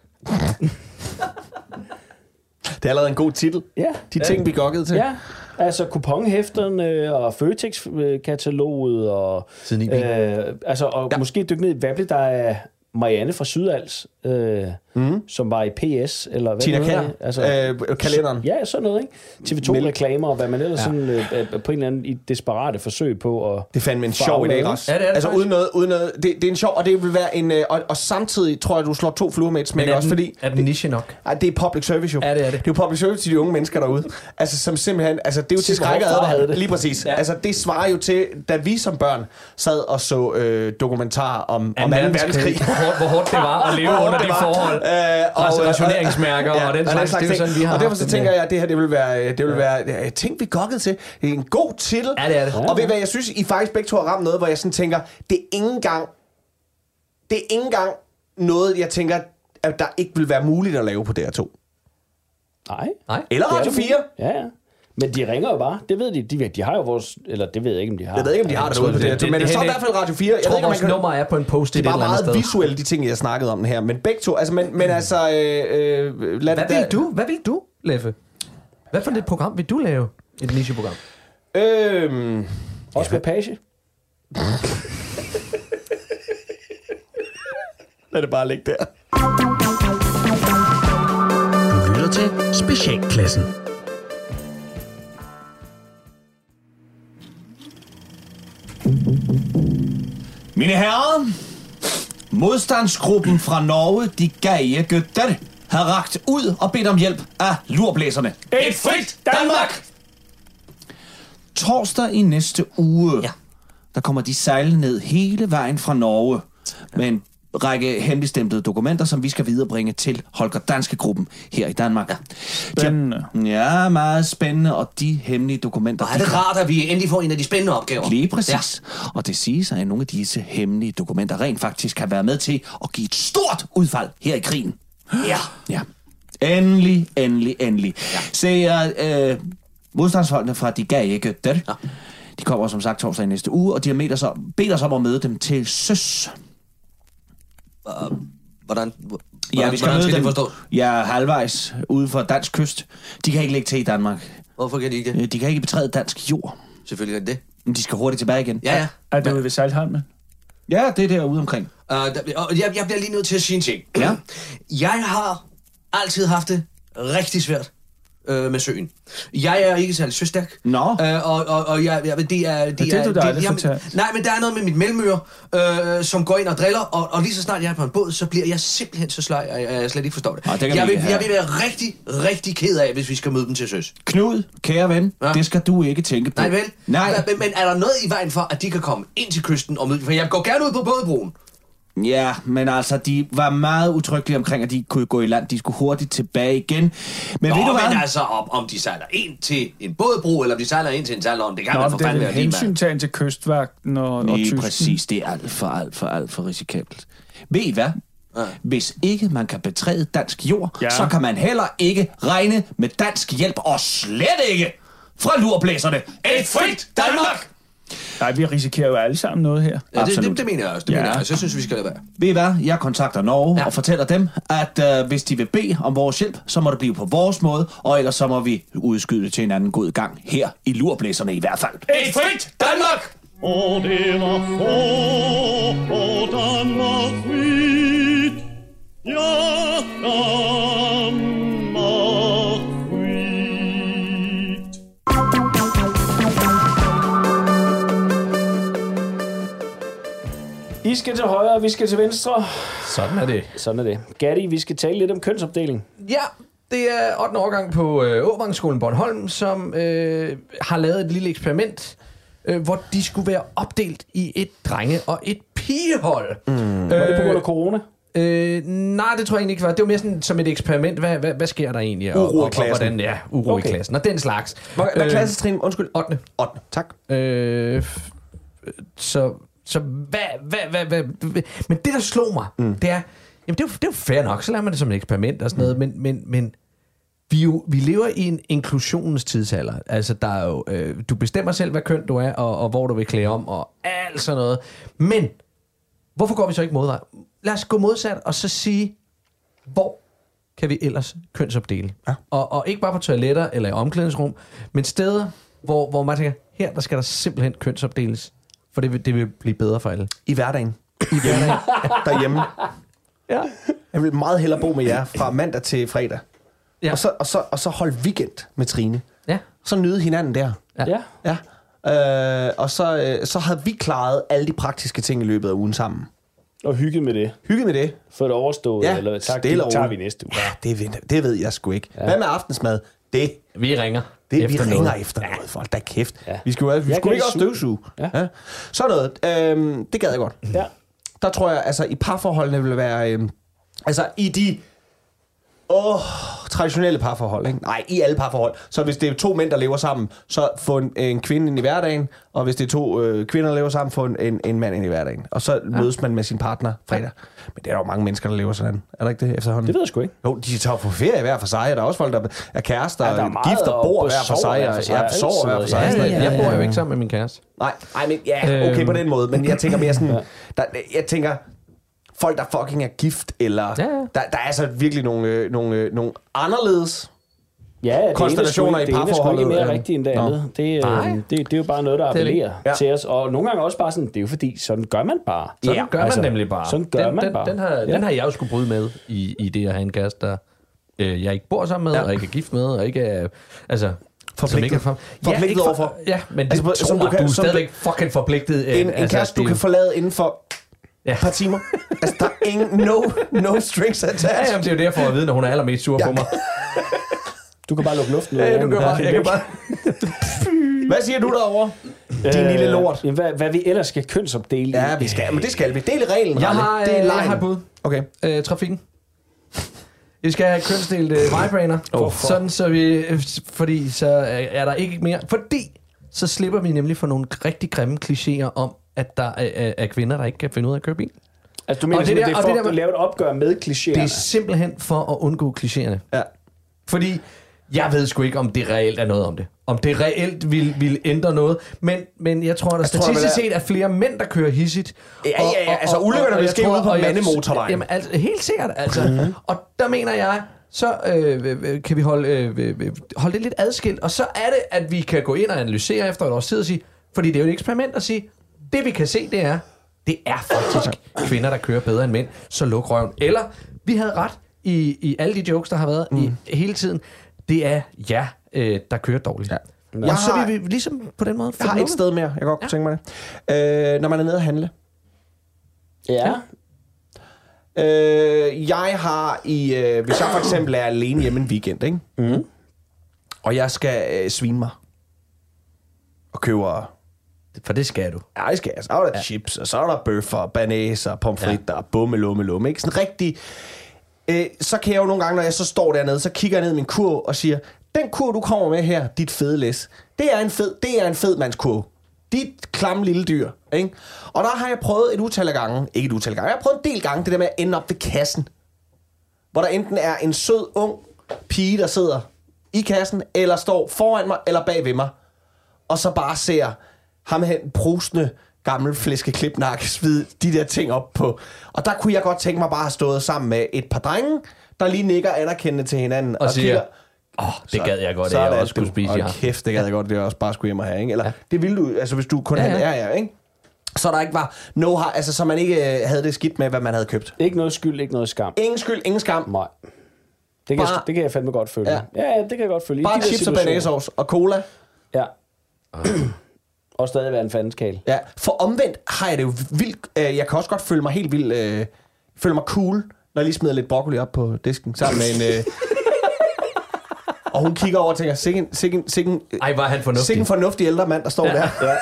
Speaker 4: Det er allerede en god titel.
Speaker 2: Ja.
Speaker 4: De ting, vi gokkede til.
Speaker 2: Ja. Altså kuponhæfterne og Føtex-kataloget og... måske dykke ned i Vabble, der er Marianne fra Sydals, som var i PS, eller hvad
Speaker 4: Tina Kjær, kalenderen.
Speaker 2: Ja, sådan noget, ikke? TV2-reklamer, og hvad man ellers sådan, på en eller anden desperate forsøg på at...
Speaker 4: Det er fandme en sjov idé, Ras. Ja, det er det uden noget. Det er en sjov, og det vil være en... Og samtidig tror jeg, du slår 2 fluer med et smæk også, fordi...
Speaker 3: Er den niche nok?
Speaker 4: Det er public service jo.
Speaker 3: Ja, det er det.
Speaker 4: Det er jo public service til de unge mennesker derude. Altså, som simpelthen... Altså, det er jo til skræk og advarsel. Lige præcis. Ja. Altså, det svarer jo til, da vi som børn sad og så dokumentarer om 2. verdenskrig.
Speaker 3: Hvor hårdt det var at leve under de forhold. Rationeringsmærker og den slags. Det er sådan, vi har.
Speaker 4: Og derfor så tænker jeg, at det her det vil være ting, vi gokkede til. Det er en god titel.
Speaker 3: Ja, det er det.
Speaker 4: Og ved hvad, jeg synes, I faktisk begge to har ramt noget, hvor jeg sådan tænker, det er ikke engang noget, jeg tænker, at der ikke vil være muligt at lave på DR2.
Speaker 2: Nej.
Speaker 4: Eller Radio 4.
Speaker 2: Ja. Men de ringer jo bare. Det ved de. De har jo vores... Eller det ved jeg ikke, om de har.
Speaker 4: Jeg ved ikke, om de har det derude på det. Men det står i hvert fald Radio 4.
Speaker 3: Jeg tror, vores nummer er på en post-it et eller andet sted.
Speaker 4: Det er bare meget visuelle, de ting, jeg snakkede om her. Men begge to... Altså, men altså...
Speaker 3: Hvad vil du, Leffe? Hvad for et program vil du lave? Et nicheprogram?
Speaker 2: Også med Page.
Speaker 4: Lad det bare ligge der.
Speaker 8: Du lytter til Specialklassen.
Speaker 9: Mine herrer, modstandsgruppen fra Norge, de gaie gutter, har rakt ud og bedt om hjælp af lurblæserne.
Speaker 5: Et frit Danmark!
Speaker 9: Torsdag i næste uge, der kommer de sejlende ned hele vejen fra Norge med en række hemmeligstemplede dokumenter, som vi skal viderebringe til Holger Danske-gruppen her i Danmark.
Speaker 10: Spændende.
Speaker 9: Ja, meget spændende, og de hemmelige dokumenter...
Speaker 11: Og er det rart, at vi endelig får en af de spændende opgaver?
Speaker 9: Lige præcis. Ja. Og det siges, at nogle af disse hemmelige dokumenter rent faktisk kan være med til at give et stort udfald her i krigen. Ja. Endelig. Ja. Så modstandsfolkene fra de gaie gutter, de kommer som sagt torsdag i næste uge, og de har bedt os om at møde dem til søs.
Speaker 11: Hvordan
Speaker 9: vi skal møde dem.
Speaker 11: Forstå?
Speaker 9: Ja, halvvejs ude for dansk kyst. De kan ikke lægge til i Danmark.
Speaker 11: Hvorfor kan de ikke det?
Speaker 9: De kan ikke betræde dansk jord.
Speaker 11: Selvfølgelig kan det.
Speaker 9: Men de skal hurtigt tilbage igen.
Speaker 11: Ja.
Speaker 10: Er det ude ved Sejlholmen?
Speaker 9: Ja, det er derude omkring.
Speaker 11: Jeg bliver lige nødt til at sige en ting.
Speaker 9: Ja.
Speaker 11: Jeg har altid haft det rigtig svært med søen. Jeg er ikke særlig søstærk.
Speaker 9: Nå.
Speaker 11: Og jeg, det er... Nej, men der er noget med mit mellemøre, som går ind og driller, og lige så snart jeg er på en båd, så bliver jeg simpelthen så sløj, at jeg slet ikke forstår det. Jeg vil være rigtig, rigtig ked af, hvis vi skal møde dem til søs.
Speaker 9: Knud, kære ven, det skal du ikke tænke på.
Speaker 11: Nej vel? Men er der noget i vejen for, at de kan komme ind til kysten og møde dem? For jeg går gerne ud på bådebroen.
Speaker 9: Ja, men altså, de var meget utryggelige omkring, at de kunne gå i land. De skulle hurtigt tilbage igen. Men ved du hvad?
Speaker 11: Men altså, om de sejler ind til en bådbro, eller om de sejler ind til en sejlånd, det kan man for fanden være lige,
Speaker 10: hensyn tagen til kystvagten og tysten.
Speaker 9: Præcis, det er alt for risikabelt. Ved I hvad? Ja. Hvis ikke man kan betræde dansk jord, så kan man heller ikke regne med dansk hjælp, og slet ikke fra lurblæserne. Et frit Danmark!
Speaker 10: Nej, vi risikerer jo alle sammen noget her.
Speaker 11: Ja, det mener jeg også. Det mener jeg. Så synes vi skal lade være.
Speaker 9: Ved I hvad? Jeg kontakter Norge og fortæller dem, at hvis de vil bede om vores hjælp, så må det blive på vores måde, og ellers så må vi udskyde det til en anden god gang her i lurblæserne i hvert fald.
Speaker 12: Et frit Danmark! Og det var få, og Danmark frit. Ja, Danmark frit.
Speaker 2: I skal til højre, vi skal til venstre.
Speaker 3: Sådan er det.
Speaker 2: Sådan er det. Gatti, vi skal tale lidt om kønsopdeling.
Speaker 3: Ja, det er 8. årgang på Åvangsskolen Bornholm, som har lavet et lille eksperiment, hvor de skulle være opdelt i et drenge- og et pigehold.
Speaker 2: Var det på grund af corona?
Speaker 3: Nej, det tror jeg egentlig ikke var. Det var mere sådan som et eksperiment. Hvad sker der egentlig?
Speaker 4: Uro i klassen.
Speaker 3: Uro i klassen. Og den slags.
Speaker 4: Hvad klassetrin? Undskyld.
Speaker 3: 8.
Speaker 4: 8. Tak.
Speaker 3: Så hvad? Men det, der slog mig, det er... Jamen, det er jo fair nok. Så lader man det som et eksperiment og sådan noget. Men vi lever i en inklusionens tidsalder. Altså, der er jo... du bestemmer selv, hvad køn du er, og hvor du vil klæde om, og alt sådan noget. Men hvorfor går vi så ikke modvej? Lad os gå modsat, og så sige, hvor kan vi ellers kønsopdele? Ja. Og ikke bare på toiletter eller i omklædningsrum, men steder, hvor man tænker, her der skal der simpelthen kønsopdeles. For det vil blive bedre for alle.
Speaker 4: I hverdagen. Derhjemme. Ja. Jeg vil meget hellere bo med jer fra mandag til fredag. Ja. Og så holde weekend med Trine.
Speaker 3: Ja.
Speaker 4: Så nyde hinanden der.
Speaker 3: Ja.
Speaker 4: Og så havde vi klaret alle de praktiske ting i løbet af ugen sammen.
Speaker 2: Og hygge med det.
Speaker 4: Hygge med det.
Speaker 2: For det overstået.
Speaker 4: Ja,
Speaker 2: eller tager vi næste uge.
Speaker 4: Ja, det ved jeg sgu ikke. Ja. Hvad med aftensmad? Det.
Speaker 3: Vi ringer.
Speaker 4: Vi ringer efter noget, folk. Der er kæft. Ja. Vi skulle ikke også støvsuge. Ja. Så noget. Det gad jeg godt. Ja. Der tror jeg, altså i parforholdene vil være... altså i de... traditionelle parforhold, ikke? Nej, i alle parforhold. Så hvis det er 2 mænd, der lever sammen, så få en kvinde ind i hverdagen, og hvis det er 2 kvinder, der lever sammen, få en mand ind i hverdagen. Og så mødes man med sin partner fredag. Men det er jo mange mennesker, der lever sådan. Er der ikke det efterhånden?
Speaker 2: Det ved jeg sgu ikke.
Speaker 4: Jo, de tager på ferie hver for sig, og der er også folk, der er kærester, og gift og bor hver for sig, og sover hver for sig.
Speaker 3: Jeg bor jo ikke sammen med min kæreste.
Speaker 4: Nej, men okay på den måde, men jeg tænker mere sådan, jeg tænker... Folk, der fucking er gift, eller... Der er altså virkelig nogle anderledes konstellationer i parforholdet.
Speaker 2: Det er sgu ikke mere rigtigt end det andet. Det er jo bare noget, der appellerer til os. Og nogle gange også bare sådan, det er jo fordi, sådan gør man bare.
Speaker 3: Sådan gør man nemlig bare.
Speaker 2: Sådan gør man bare.
Speaker 3: Den har jeg jo skulle bryde med i det at have en kæreste, der jeg ikke bor sammen med, og ikke er gift med, og ikke er... Altså...
Speaker 4: Forpligtet overfor.
Speaker 3: Ja, men det altså, du er stadigvæk fucking forpligtet.
Speaker 4: En kæreste, du kan forlade inden for... et par timer. Altså, der er ingen no strings attached.
Speaker 3: Ja, jamen, det er jo derfor, at vide, når hun er allermest sur på mig.
Speaker 2: Du kan bare lukke luften ud.
Speaker 3: Ja, du kan bare...
Speaker 4: Hvad siger du derovre? Din lille lort.
Speaker 2: Hvad vi ellers skal kønsopdele.
Speaker 4: Ja, vi skal. Men det skal vi. Del reglen.
Speaker 3: Jeg har et bud.
Speaker 4: Okay.
Speaker 3: Trafikken. Vi skal have kønsdelt vibrator. Sådan så vi... Fordi så er der ikke mere... Fordi så slipper vi nemlig for nogle rigtig grimme klichéer om, at der er kvinder, der ikke kan finde ud af at køre bil.
Speaker 2: Altså du mener, det er for at lave et opgør med klichéerne?
Speaker 3: Det er simpelthen for at undgå klichéerne.
Speaker 4: Ja.
Speaker 3: Fordi jeg ved sgu ikke, om det reelt er noget om det. Om det reelt vil ændre noget. Men jeg tror, der statistisk set er flere mænd, der kører hissigt.
Speaker 4: Ja. Altså ulykkerne vil ske ud på mandemotorvejen.
Speaker 3: Jamen altså, helt sikkert. Altså. Og der mener jeg... Så kan vi holde det lidt adskilt. Og så er det, at vi kan gå ind og analysere efter et års tid og sige... Fordi det er jo et eksperiment at sige... Det vi kan se, det er faktisk kvinder, der kører bedre end mænd, så luk røven. Eller, vi havde ret i alle de jokes, der har været i hele tiden. Det er der kører dårligt. Ja. Og så vil vi ligesom på den måde...
Speaker 4: Jeg har et sted mere, jeg godt kunne tænke mig det. Når man er nede at handle.
Speaker 2: Ja.
Speaker 4: Jeg har hvis jeg for eksempel er alene hjemme en weekend, ikke? Og jeg skal svine mig og køber
Speaker 3: For det skal du.
Speaker 4: Ja, det skal jeg. Så er der chips, og så er der bøffer, banæser, pomfritter, bumme, ikke? Sådan rigtig... så kan jeg jo nogle gange, når jeg så står dernede, så kigger jeg ned i min kurv og siger, den kurv, du kommer med her, dit fede læs, det er en fed mands kurv. Dit klamme lille dyr, ikke? Og der har jeg prøvet et utal af gange, jeg har prøvet en del gange, det der med at ende op ved kassen, hvor der enten er en sød, ung pige, der sidder i kassen, eller står foran mig, eller bag ved mig, og så bare ser ham hen brusende gammel flæskeklipnak smide de der ting op på. Og der kunne jeg godt tænke mig bare at have stået sammen med et par drenge, der lige nikker anerkendende til hinanden.
Speaker 3: Og siger, det gad jeg godt, at jeg også skulle spise.
Speaker 4: Og kæft, det gad jeg godt, det jeg også bare skulle hjem og have, ikke? Eller det ville du, altså hvis du kun havde ikke? Så der ikke var altså så man ikke havde det skidt med, hvad man havde købt.
Speaker 2: Ikke noget skyld, ikke noget skam.
Speaker 4: Ingen skyld, ingen skam.
Speaker 2: Nej. Det kan jeg fandme godt følge. Ja, det kan jeg godt følge.
Speaker 4: Bare chips og banæsauce og cola.
Speaker 2: Ja. Og stadig være en fandenskal.
Speaker 4: Ja, for omvendt har jeg det jo vildt... jeg kan også godt føle mig helt vildt... føle mig cool, når jeg lige smider lidt broccoli op på disken sammen med en... og hun kigger over og tænker, sikken
Speaker 3: var han fornuftig.
Speaker 4: Sikken fornuftig ældre mand, der står der. Ja.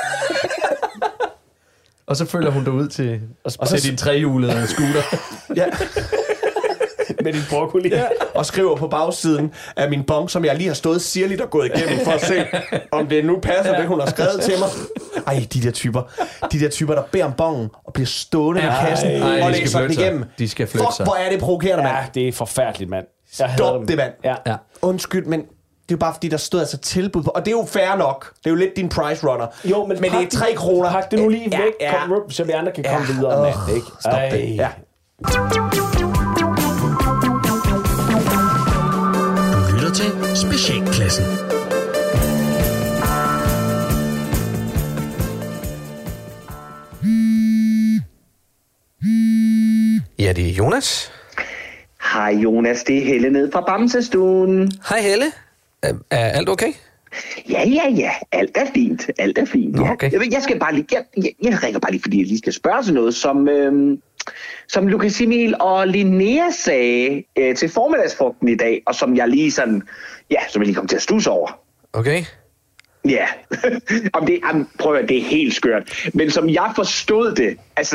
Speaker 3: Og så følger hun dig ud til din trehjulede scooter.
Speaker 4: Ja.
Speaker 2: Med din broccoli.
Speaker 4: Ja. Og skriver på bagsiden af min bong, som jeg lige har stået sirligt og gået igennem, for at se, om det nu passer, det hun har skrevet til mig. Ej, de der typer, der beder om bongen og bliver stående ved kassen og læser den igennem.
Speaker 3: De skal flytte sig.
Speaker 4: Hvor er det provokerende, mand.
Speaker 2: Ja, det er forfærdeligt, mand.
Speaker 4: Stop det, mand.
Speaker 2: Ja.
Speaker 4: Undskyld, men det er jo bare fordi, der stod altså tilbud på. Og det er jo fair nok. Det er jo lidt din price runner.
Speaker 2: Jo, men
Speaker 4: det er 3 kroner.
Speaker 2: Pak det nu lige væk, så vi andre kan komme videre, mand. Ikke?
Speaker 4: Stop det. Ja.
Speaker 8: Til Specialklassen.
Speaker 3: Ja, det er Jonas.
Speaker 13: Hej Jonas, det er Helle ned fra Bamsestuen.
Speaker 3: Hej Helle. Er alt okay?
Speaker 13: Ja. Alt er fint.
Speaker 3: Nå, okay.
Speaker 13: Jeg skal bare lige... Jeg ringer bare lige, fordi jeg lige skal spørge sådan noget, som Lukas Emil og Linnea sagde til formiddagsfrugten i dag, og som jeg lige sådan... Ja, som jeg lige kom til at stusse over.
Speaker 3: Okay.
Speaker 13: Ja. Prøv at det er helt skørt. Men som jeg forstod det, altså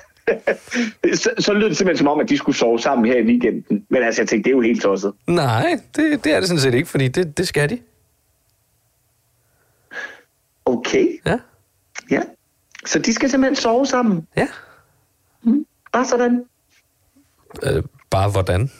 Speaker 13: så lød det simpelthen som om, at de skulle sove sammen her i weekenden. Men altså, jeg tænkte, det er jo helt tosset.
Speaker 3: Nej, det er det sådan set ikke, fordi det skal de.
Speaker 13: Okay. Ja. Så de skal simpelthen sove sammen?
Speaker 3: Ja.
Speaker 13: Bare sådan?
Speaker 3: Bare hvordan?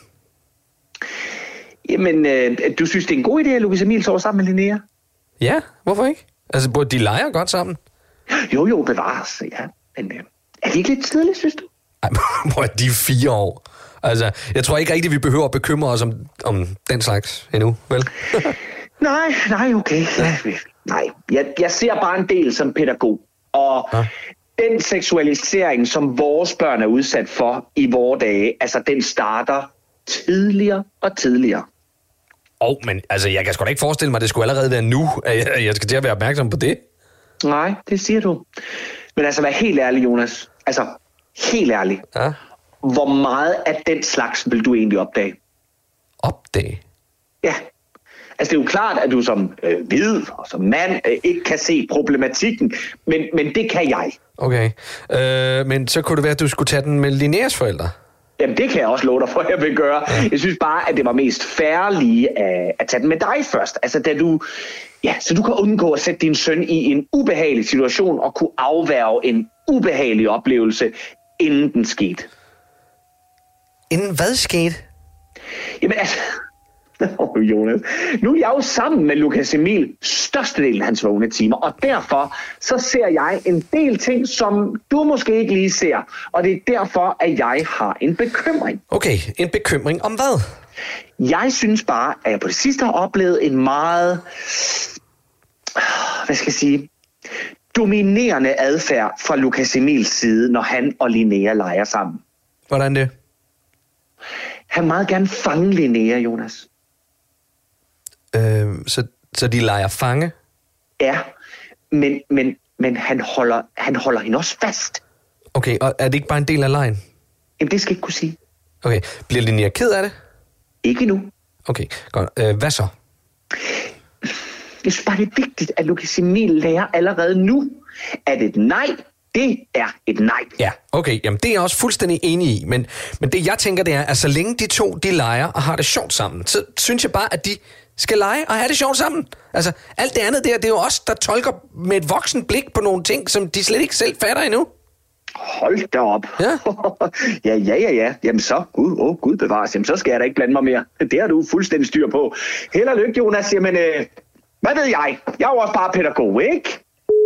Speaker 13: Jamen, du synes, det er en god idé, at Lukas Emil sover sammen med Linnea?
Speaker 3: Ja, hvorfor ikke? Altså, de leger godt sammen.
Speaker 13: Jo, bevares, ja. Men er det ikke lidt tidligt, synes du?
Speaker 3: Ej, hvor er de 4 år? Altså, jeg tror ikke rigtigt, vi behøver at bekymre os om den slags endnu, vel?
Speaker 13: Nej, okay. Nej, jeg ser bare en del som pædagog. Og den seksualisering, som vores børn er udsat for i vore dage, altså den starter tidligere og tidligere.
Speaker 3: Men altså, jeg kan sgu da ikke forestille mig, at det skulle allerede være nu, at jeg skal til at være opmærksom på det.
Speaker 13: Nej, det siger du. Men altså, vær helt ærlig, Jonas. Altså, helt ærlig.
Speaker 3: Ja.
Speaker 13: Hvor meget af den slags vil du egentlig opdage?
Speaker 3: Opdage?
Speaker 13: Ja. Altså, det er jo klart, at du som hvid og som mand ikke kan se problematikken, men det kan jeg.
Speaker 3: Okay. Men så kunne det være, at du skulle tage den med Linneas forældre?
Speaker 13: Jamen, det kan jeg også love dig for, at jeg vil gøre. Jeg synes bare, at det var mest fairlige at tage den med dig først. Altså, så du kan undgå at sætte din søn i en ubehagelig situation og kunne afværge en ubehagelig oplevelse, inden den skete.
Speaker 3: Inden hvad skete?
Speaker 13: Jamen altså... Jonas. Nu er jeg jo sammen med Lukas Emil størstedelen af hans vågne timer, og derfor så ser jeg en del ting, som du måske ikke lige ser, og det er derfor, at jeg har en bekymring.
Speaker 3: Okay, en bekymring om hvad?
Speaker 13: Jeg synes bare, at jeg på det sidste har oplevet en meget, dominerende adfærd fra Lukas Emils side, når han og Linnea leger sammen.
Speaker 3: Hvordan det?
Speaker 13: Han meget gerne fange Linnea, Jonas.
Speaker 3: Så de leger fange?
Speaker 13: Ja, men han holder hende også fast.
Speaker 3: Okay, og er det ikke bare en del af lejen?
Speaker 13: Jamen, det skal jeg ikke kunne sige.
Speaker 3: Okay, bliver Linnea ked af det?
Speaker 13: Ikke nu.
Speaker 3: Okay, godt. Hvad så?
Speaker 13: Jeg synes bare, det er vigtigt, at Lukas Emil lærer allerede nu, at et nej, det er et nej.
Speaker 3: Ja, okay. Jamen, det er jeg også fuldstændig enig i. Men det, jeg tænker, det er, at så længe de to, de leger og har det sjovt sammen, så synes jeg bare, at de skal lege og have det sjovt sammen. Altså, alt det andet der, det er jo os, der tolker med et voksen blik på nogle ting, som de slet ikke selv fatter endnu.
Speaker 13: Hold da op.
Speaker 3: Ja.
Speaker 13: ja. Jamen så, Gud bevares. Jamen så skal jeg da ikke blande mig mere. Det har du fuldstændig styr på. Held og lykke, Jonas. Jamen, hvad ved jeg? Jeg er jo også bare pædagog, ikke?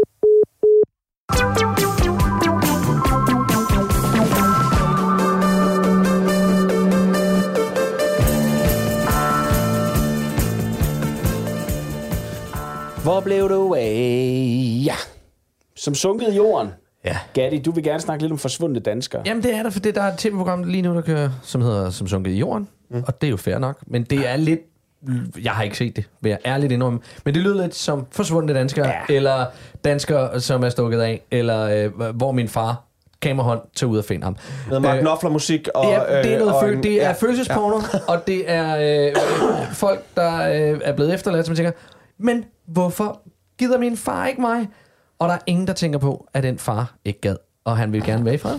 Speaker 2: Hvor blev du af? Ja. Som sunket i jorden.
Speaker 3: Ja.
Speaker 2: Gatti, du vil gerne snakke lidt om forsvundne danskere.
Speaker 3: Jamen det er der, for der er et tv-program lige nu, der kører, som hedder Som sunket i jorden. Og det er jo fair nok. Men det er lidt... Jeg har ikke set det, vil jeg ærligt indrømme. Men det lyder lidt som forsvundne danskere, eller danskere, som er stukket af, eller hvor min far kamerahånd tager ud og finder ham.
Speaker 4: Noget Mark Knopfler-musik. Og,
Speaker 3: ja, det er noget det er følelsesporno, og det er folk, der er blevet efterladt, som tænker, men hvorfor gider min far ikke mig? Og der er ingen, der tænker på, at den far ikke gad, og han vil gerne være i fred.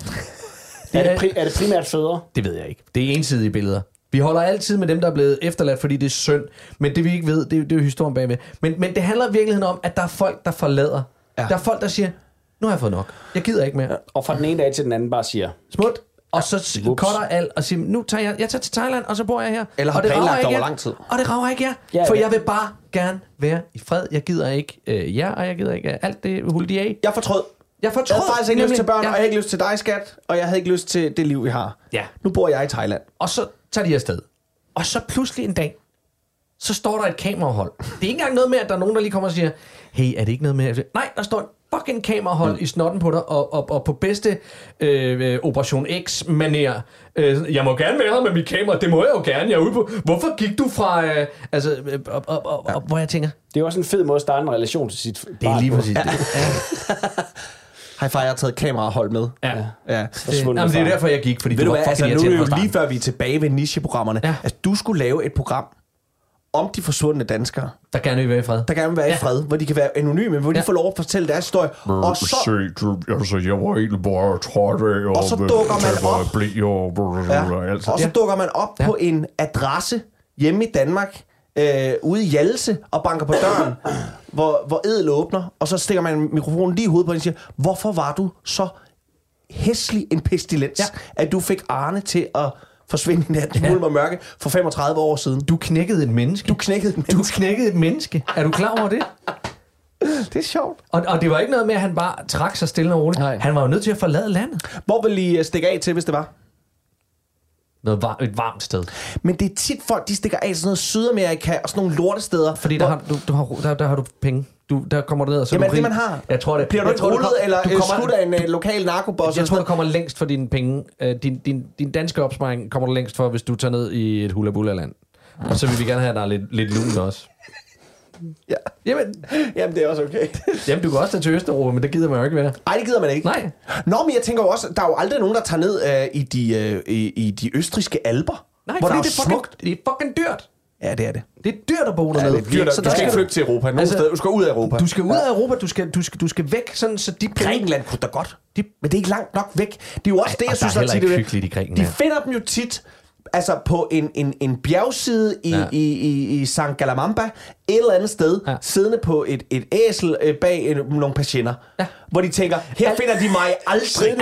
Speaker 2: Er det primært fædre?
Speaker 3: Det ved jeg ikke. Det er ensidige billeder. Vi holder altid med dem, der er blevet efterladt, fordi det er synd. Men det vi ikke ved, det er jo historien bagved. Men det handler i virkeligheden om, at der er folk, der forlader. Ja. Der er folk, der siger, nu har jeg fået nok. Jeg gider ikke mere. Ja.
Speaker 2: Og fra den ene dag til den anden bare siger,
Speaker 3: smut. Og så cutter alt og siger, nu tager jeg tager til Thailand, og så bor jeg her.
Speaker 4: Eller har planlagt over lang tid.
Speaker 3: Og det rager ikke jer. For jeg vil bare gerne være i fred. Jeg gider ikke jer, og jeg gider ikke alt det huldige af.
Speaker 4: Jeg fortrød. Jeg havde faktisk ikke lyst til børn, og jeg havde ikke lyst til dig, skat. Og jeg havde ikke lyst til det liv, vi har.
Speaker 3: Ja.
Speaker 4: Nu bor jeg i Thailand.
Speaker 3: Og så tager de afsted. Og så pludselig en dag, så står der et kamerahold. Det er ikke engang noget med, at der er nogen, der lige kommer og siger, hey, er det ikke noget med... Nej, der står et fucking kamerahold i snotten på dig, og på bedste Operation X-manér. Jeg må gerne være her med mit kamera, det må jeg jo gerne, jeg er ude på. Hvorfor gik du fra... hvor jeg tænker...
Speaker 2: Det er også en fed måde at starte en relation til sit barn.
Speaker 3: Det er lige præcis det.
Speaker 4: Hej far, jeg har taget kamerahold med.
Speaker 3: Ja.
Speaker 4: Ja.
Speaker 3: Jamen, det er derfor, jeg gik, fordi det var fucking
Speaker 4: irriterende. Nu er det jo lige før vi er tilbage ved nicheprogrammerne. Ja. Altså, du skulle lave et program om de forsvundne danskere.
Speaker 3: Der gerne vil være i fred.
Speaker 4: Der gerne vil være i fred, hvor de kan være anonyme, hvor de får lov at fortælle deres historie. Og så...
Speaker 10: jeg var egentlig bare træt af...
Speaker 4: Og så dukker man op på en adresse hjemme i Danmark, ude i Hjallese, og banker på døren, hvor Edel åbner, og så stikker man mikrofonen lige i hovedet på den og siger, hvorfor var du så hæslig en pestilens, at du fik Arne til at forsvinde i natten i mørke for 35 år siden.
Speaker 3: Du knækkede et menneske. Du knækkede et menneske. Er du klar over det?
Speaker 4: Det er sjovt.
Speaker 3: Og det var ikke noget med, at han bare trak sig stille og roligt. Nej. Han var jo nødt til at forlade landet.
Speaker 4: Hvor ville I stikke af til, hvis det var?
Speaker 3: Et varmt sted.
Speaker 4: Men det er tit folk, de stikker af til sådan noget Sydamerika og sådan nogle lortesteder.
Speaker 3: Fordi der har du penge. Der kommer du ned og så.
Speaker 4: Jamen det man har.
Speaker 3: Jeg tror det.
Speaker 4: Bliver du ikke rullet eller skudt af en lokal narkoboss?
Speaker 3: Jeg tror du kommer længst for dine penge. Din danske opsparing kommer du længst for, hvis du tager ned i et hula-bula-land. Og så vil vi gerne have, at der er lidt lun også.
Speaker 4: Ja. Jamen, det er også okay.
Speaker 3: Jamen, du kan også tage til Østeuropa, men det gider man jo ikke være.
Speaker 4: Nej, det gider man ikke.
Speaker 3: Nej.
Speaker 4: Nå, men jeg tænker jo også, der er jo aldrig nogen, der tager ned i de østrigske alper.
Speaker 3: Nej, fordi det er fucking dyrt.
Speaker 4: Ja, det er det.
Speaker 3: Det er dyrt at bo dernede.
Speaker 4: Ja, så du skal ikke flygte til Europa. Du skal ud af Europa.
Speaker 3: Du skal ud af Europa. Du skal væk, sådan så de penge...
Speaker 4: Grækenland kunne da godt. Men det er ikke langt nok væk. Det er jo også det, jeg synes,
Speaker 3: der er heller ikke hyggeligt i Grækenland.
Speaker 4: De finder dem jo tit... Altså på en bjergside i St. Galamamba, et eller andet sted, siddende på et æsel bag nogle patienter, hvor de tænker, her finder de mig aldrig.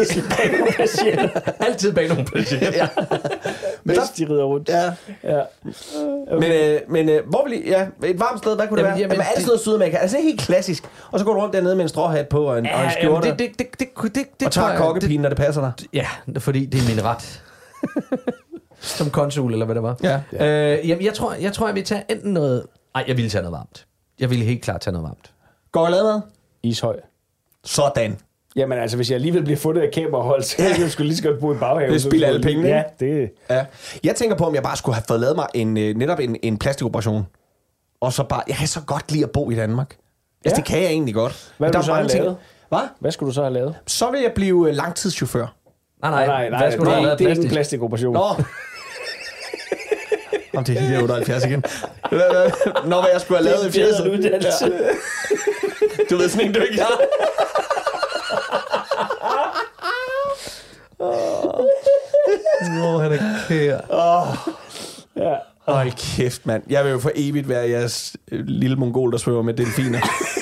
Speaker 3: Altid bag nogle patienter.
Speaker 2: Mens de rider rundt.
Speaker 4: Ja. Okay. Men hvor vil I... Ja, et varmt sted, hvad kunne det være? Jamen, alt sådan noget Sydamerika. Altså, det er helt klassisk. Og så går du rundt dernede med en stråhat på og en skjorte. Og tager kokkepinen, når det passer dig.
Speaker 3: Ja, fordi det er min ret. Som konsul, eller hvad det var. Ja. Jamen, jeg tror, jeg vil tage enten noget... Nej, jeg ville tage noget varmt. Jeg ville helt klart tage noget varmt.
Speaker 4: Går jeg lavet med?
Speaker 2: Ishøj.
Speaker 4: Sådan.
Speaker 2: Jamen altså, hvis jeg alligevel bliver fundet af kamerahold, så jeg skulle lige så godt bo i baghaven.
Speaker 4: Det spilder alle pengene.
Speaker 2: Ja, det...
Speaker 4: Ja. Jeg tænker på, om jeg bare skulle have fået lavet mig netop en plastikoperation. Og så bare... Jeg kan så godt lide at bo i Danmark. Altså, det kan jeg egentlig godt.
Speaker 2: Hvad skulle du så have lavet?
Speaker 4: Hvad
Speaker 2: skulle du så have lavet?
Speaker 4: Så vil jeg blive langtidschauffør.
Speaker 3: Nej.
Speaker 2: Det er ikke en plastikoperation.
Speaker 4: Nå. Om det er de der 78 igen. Når hvad jeg skulle have lavet i fjeset. Du ved sådan en, du ikke har. Han er kære.
Speaker 2: Ja.
Speaker 4: Hold kæft, mand. Jeg vil jo for evigt være jeres lille mongol, der svømmer med delfiner.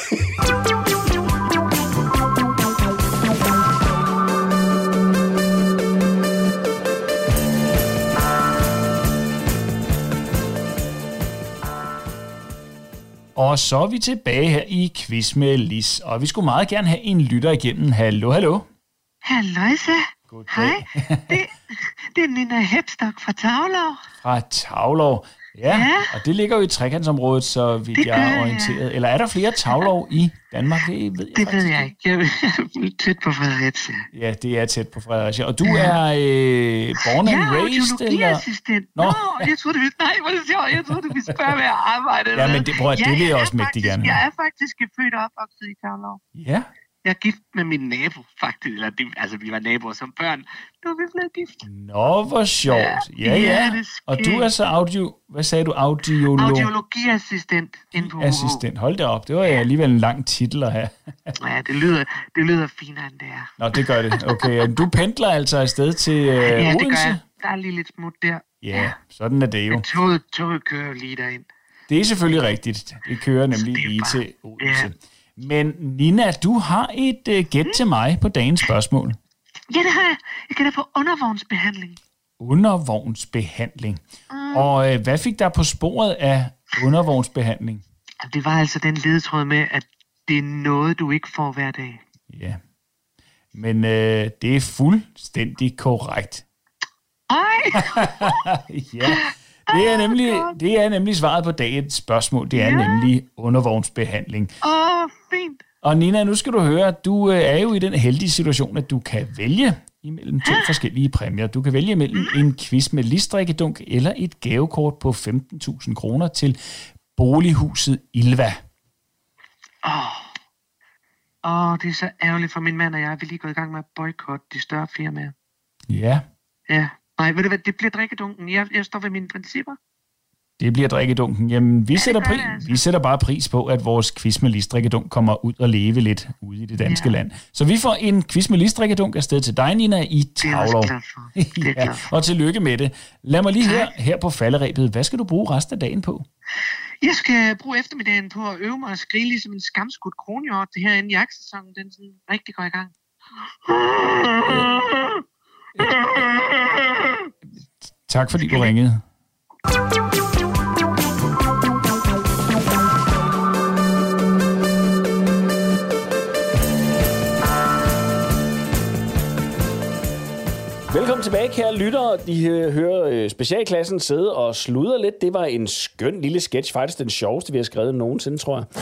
Speaker 14: Og så er vi tilbage her i Quiz med Lis, og vi skulle meget gerne have en lytter igennem. Hallo, hallo.
Speaker 15: Halløjsa. Hej. Det er Nina Hepstok fra Tavlov.
Speaker 14: Fra Tavlov. Ja, og det ligger jo i trekantsområdet, så vidt jeg er orienteret. Eller er der flere Tavlov i Danmark? Det
Speaker 15: ved jeg ikke. Jeg er tæt på Fredericia.
Speaker 14: Ja, det er tæt på Fredericia. Og du er born and raised?
Speaker 15: Ja, audiologiassistent. Nå, jeg troede, jeg troede, du ville spørge, hvad jeg arbejdede med.
Speaker 14: Ja, men det vil jeg også mægtig gerne.
Speaker 15: Jeg er faktisk født og opvokset i Tavlov.
Speaker 14: Ja.
Speaker 15: Jeg er gift med min nabo, faktisk. Eller, vi var naboer som børn. Nu er vi blevet gift.
Speaker 14: Nå, hvor sjovt. Ja. Og du er så hvad sagde du?
Speaker 15: Audiologiassistent inde på
Speaker 14: Assistent. Hold da op. Det var alligevel en lang titel at have.
Speaker 15: Ja, det lyder finere, end det er.
Speaker 14: Nå, det gør det. Okay, du pendler altså afsted til Odense?
Speaker 15: Ja, det gør jeg. Der er lige lidt smut der.
Speaker 14: Ja, sådan er det jo.
Speaker 15: Toget kører lige derind.
Speaker 14: Det er selvfølgelig rigtigt. Det kører nemlig lige til Odense. Ja. Men Nina, du har et gæt til mig på dagens spørgsmål.
Speaker 15: Ja, det har jeg. Jeg gætter på undervognsbehandling.
Speaker 14: Undervognsbehandling. Og hvad fik der på sporet af undervognsbehandling?
Speaker 15: Det var altså den ledetråd med, at det er noget, du ikke får hver dag.
Speaker 14: Ja. Men det er fuldstændig korrekt.
Speaker 15: Ej!
Speaker 14: Ja. Det er nemlig svaret på dagens spørgsmål. Det er nemlig undervognsbehandling.
Speaker 15: Fint.
Speaker 14: Og Nina, nu skal du høre, du er jo i den heldige situation, at du kan vælge imellem 2 forskellige præmier. Du kan vælge imellem en quiz med Lis-drikkedunk eller et gavekort på 15.000 kroner til bolighuset Ilva.
Speaker 15: Det er så ærgerligt for min mand og jeg. Vi lige gået i gang med at boykotte de større firmaer.
Speaker 14: Ja.
Speaker 15: Ja. Nej, ved du hvad, det bliver drikkedunken. Jeg står ved mine principper.
Speaker 14: Det bliver drikkedunken. Jamen, vi sætter bare pris på, at vores quiz med Lis-drikkedunk kommer ud og leve lidt ude i det danske land. Så vi får en quiz med Lis-drikkedunk afsted til dig, Nina, i Tavlov. Ja, og tillykke med det. Lad mig lige høre her på falderebet. Hvad skal du bruge resten af dagen på?
Speaker 15: Jeg skal bruge eftermiddagen på at øve mig og skrige ligesom en skamskudt kronhjort. Det her inden jagtsæsonen, den sådan rigtig går i gang.
Speaker 14: Tak fordi du ringede.
Speaker 2: Velkommen tilbage, kære lyttere. De hører specialklassen sidde og sludre lidt. Det var en skøn lille sketch. Faktisk den sjoveste, vi har skrevet nogensinde, tror jeg.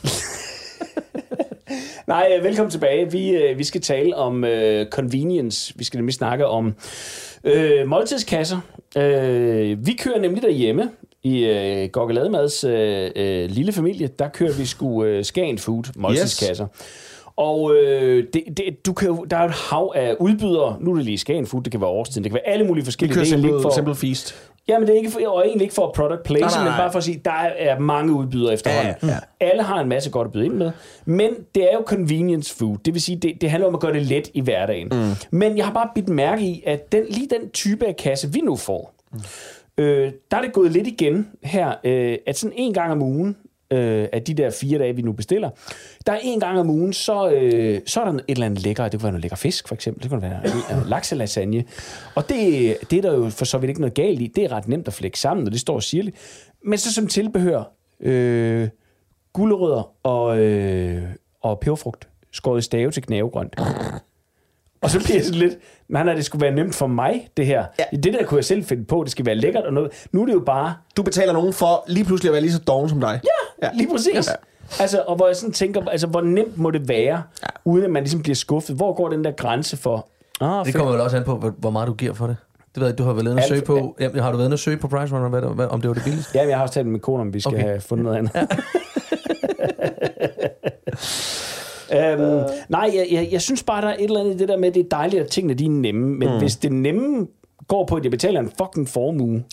Speaker 2: Nej, velkommen tilbage. Vi skal tale om convenience. Vi skal nemlig snakke om måltidskasser. Vi kører nemlig derhjemme i Gorke Lademads lille familie. Der kører vi sgu Skagen Food måltidskasser. Yes. Og der er et hav af udbydere. Nu er det lige Skagen Food, det kan være årstiden, det kan være alle mulige forskellige.
Speaker 4: Det kører Simple Feast.
Speaker 2: Jamen, det er ikke og egentlig ikke for product placement, men bare for at sige, der er mange udbydere efterhånden. Ja. Alle har en masse godt at byde ind med. Men det er jo convenience food. Det vil sige, det handler om at gøre det let i hverdagen. Men jeg har bare bidt mærke i, at lige den type af kasse, vi nu får, der er det gået lidt igen her, at sådan en gang om ugen, af de der 4 dage, vi nu bestiller, der er en gang om ugen, så er der et eller andet lækker. Det kunne være noget lækker fisk, for eksempel. Det kunne være lakselasagne. Og det er der jo for så vidt ikke noget galt i. Det er ret nemt at flække sammen, og det står sirligt. Men så som tilbehør, gulerødder og peberfrugt, skåret i stave til knævegrønt. Og så bliver jeg sådan lidt, nej, det skulle være nemt for mig, det her. Ja. Det der kunne jeg selv finde på, det skal være lækkert og noget. Nu er det jo bare...
Speaker 4: Du betaler nogen for lige pludselig at være lige så doven som dig.
Speaker 2: Ja, lige præcis. Ja. Altså, og hvor jeg sådan tænker, altså, hvor nemt må det være, uden at man ligesom bliver skuffet? Hvor går den der grænse for...
Speaker 3: Det kommer vel også an på, hvor meget du giver for det. Det ved jeg, du har været inde og søge på... Har du været inde og søge på PriceRunner, om det var det billigste?
Speaker 2: Ja, jeg har også talt med min kone, om vi skal have fundet noget andet. Ja. Jeg synes bare, der er et eller andet i det der med, at det er dejligt, at tingene de er nemme. Men hvis det nemme går på, at jeg betaler en fucking formue,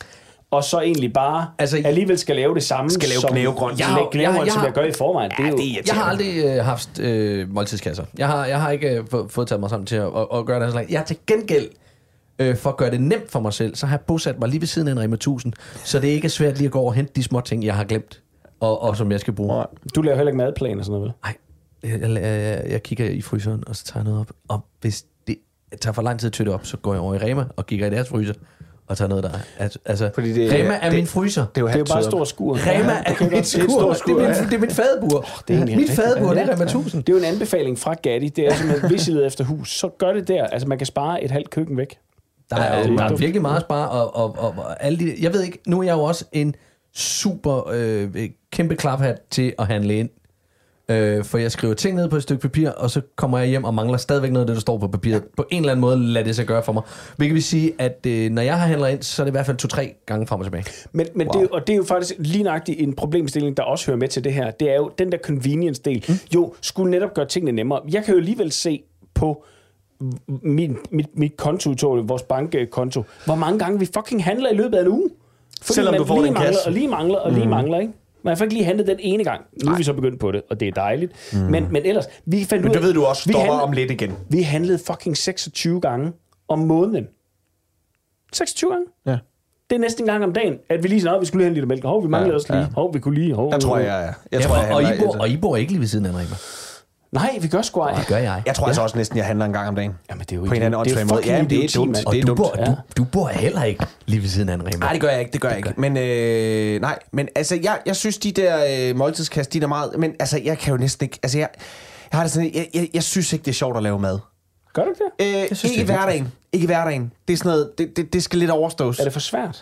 Speaker 2: og så egentlig bare alligevel skal lave det samme.
Speaker 4: Skal lave knævegrønt.
Speaker 2: Som jeg gør i forvejen. Det er jo,
Speaker 3: jeg har aldrig haft måltidskasser. Jeg har ikke fået taget mig sammen til at gøre det. Jeg har til gengæld, for at gøre det nemt for mig selv, så har jeg bosat mig lige ved siden af en Rema 1000, så det ikke er svært lige at gå over og hente de små ting, jeg har glemt, og som jeg skal bruge.
Speaker 2: Du laver heller ikke madplaner og sådan noget,
Speaker 3: vel? Nej. Jeg kigger i fryseren, og så tager jeg noget op. Og hvis det tager for lang tid at tøtte op, så går jeg over i Rema og kigger i deres fryser og tager noget der. Altså, Rema er min fryser.
Speaker 2: Det er jo bare stor skur.
Speaker 3: Rema er min skur. Det er mit fadebur. Mit fadebur, det er Rema 1000.
Speaker 2: Det er jo en anbefaling fra Gatti. Det er simpelthen, hvis I leder efter hus, så gør det der. Altså, man kan spare et halvt køkken væk.
Speaker 3: Der er virkelig meget at spare, og alle de... Jeg ved ikke, nu er jeg jo også en super kæmpe klaphat til at handle ind. For jeg skriver ting ned på et stykke papir, og så kommer jeg hjem og mangler stadigvæk noget af det, der står på papiret. På en eller anden måde lader det sig gøre for mig. Hvilket vil sige, at når jeg har handler ind, så er det i hvert fald 2-3 gange frem og tilbage.
Speaker 2: Men det er jo faktisk lige nøjagtigt en problemstilling, der også hører med til det her. Det er jo den der convenience-del. Jo, skulle netop gøre tingene nemmere. Jeg kan jo alligevel se på mit kontoudtog, vores bankkonto, hvor mange gange vi fucking handler i løbet af en uge. Fordi
Speaker 4: selvom du får den kasse.
Speaker 2: Og lige mangler, ikke? Man har faktisk lige handlet den ene gang. Nu er vi så begyndt på det, og det er dejligt. Men ellers, vi fandt ud af...
Speaker 4: Men det ved du også, stopper om lidt igen.
Speaker 2: Vi handlede fucking 26 gange om måneden. 26 gange?
Speaker 4: Ja.
Speaker 2: Det er næsten en gang om dagen, at vi lige sådan, vi skulle lige have en liter mælk. Vi mangler også lige. Vi kunne lige.
Speaker 4: Jeg tror,
Speaker 3: og I bor ikke lige ved siden af en Rema?
Speaker 2: Nej, vi gør sgu ej.
Speaker 3: Det gør jeg.
Speaker 4: Jeg tror altså også næsten, jeg handler en gang om dagen.
Speaker 2: Jamen, det er jo
Speaker 4: på en anden åndssvag måde.
Speaker 2: Ja, det er dumt.
Speaker 3: Og du bor heller ikke lige ved siden af en Rema.
Speaker 4: Nej, det gør jeg ikke. Men nej, men altså, jeg synes, de der måltidskast, de er meget... Men altså, jeg kan jo næsten ikke... Altså, jeg har det sådan... Jeg synes ikke, det er sjovt at lave mad.
Speaker 2: Gør du det?
Speaker 4: Ikke i hverdagen. Ikke i hverdagen. Det er sådan noget... Det skal lidt overstås.
Speaker 2: Er det for svært?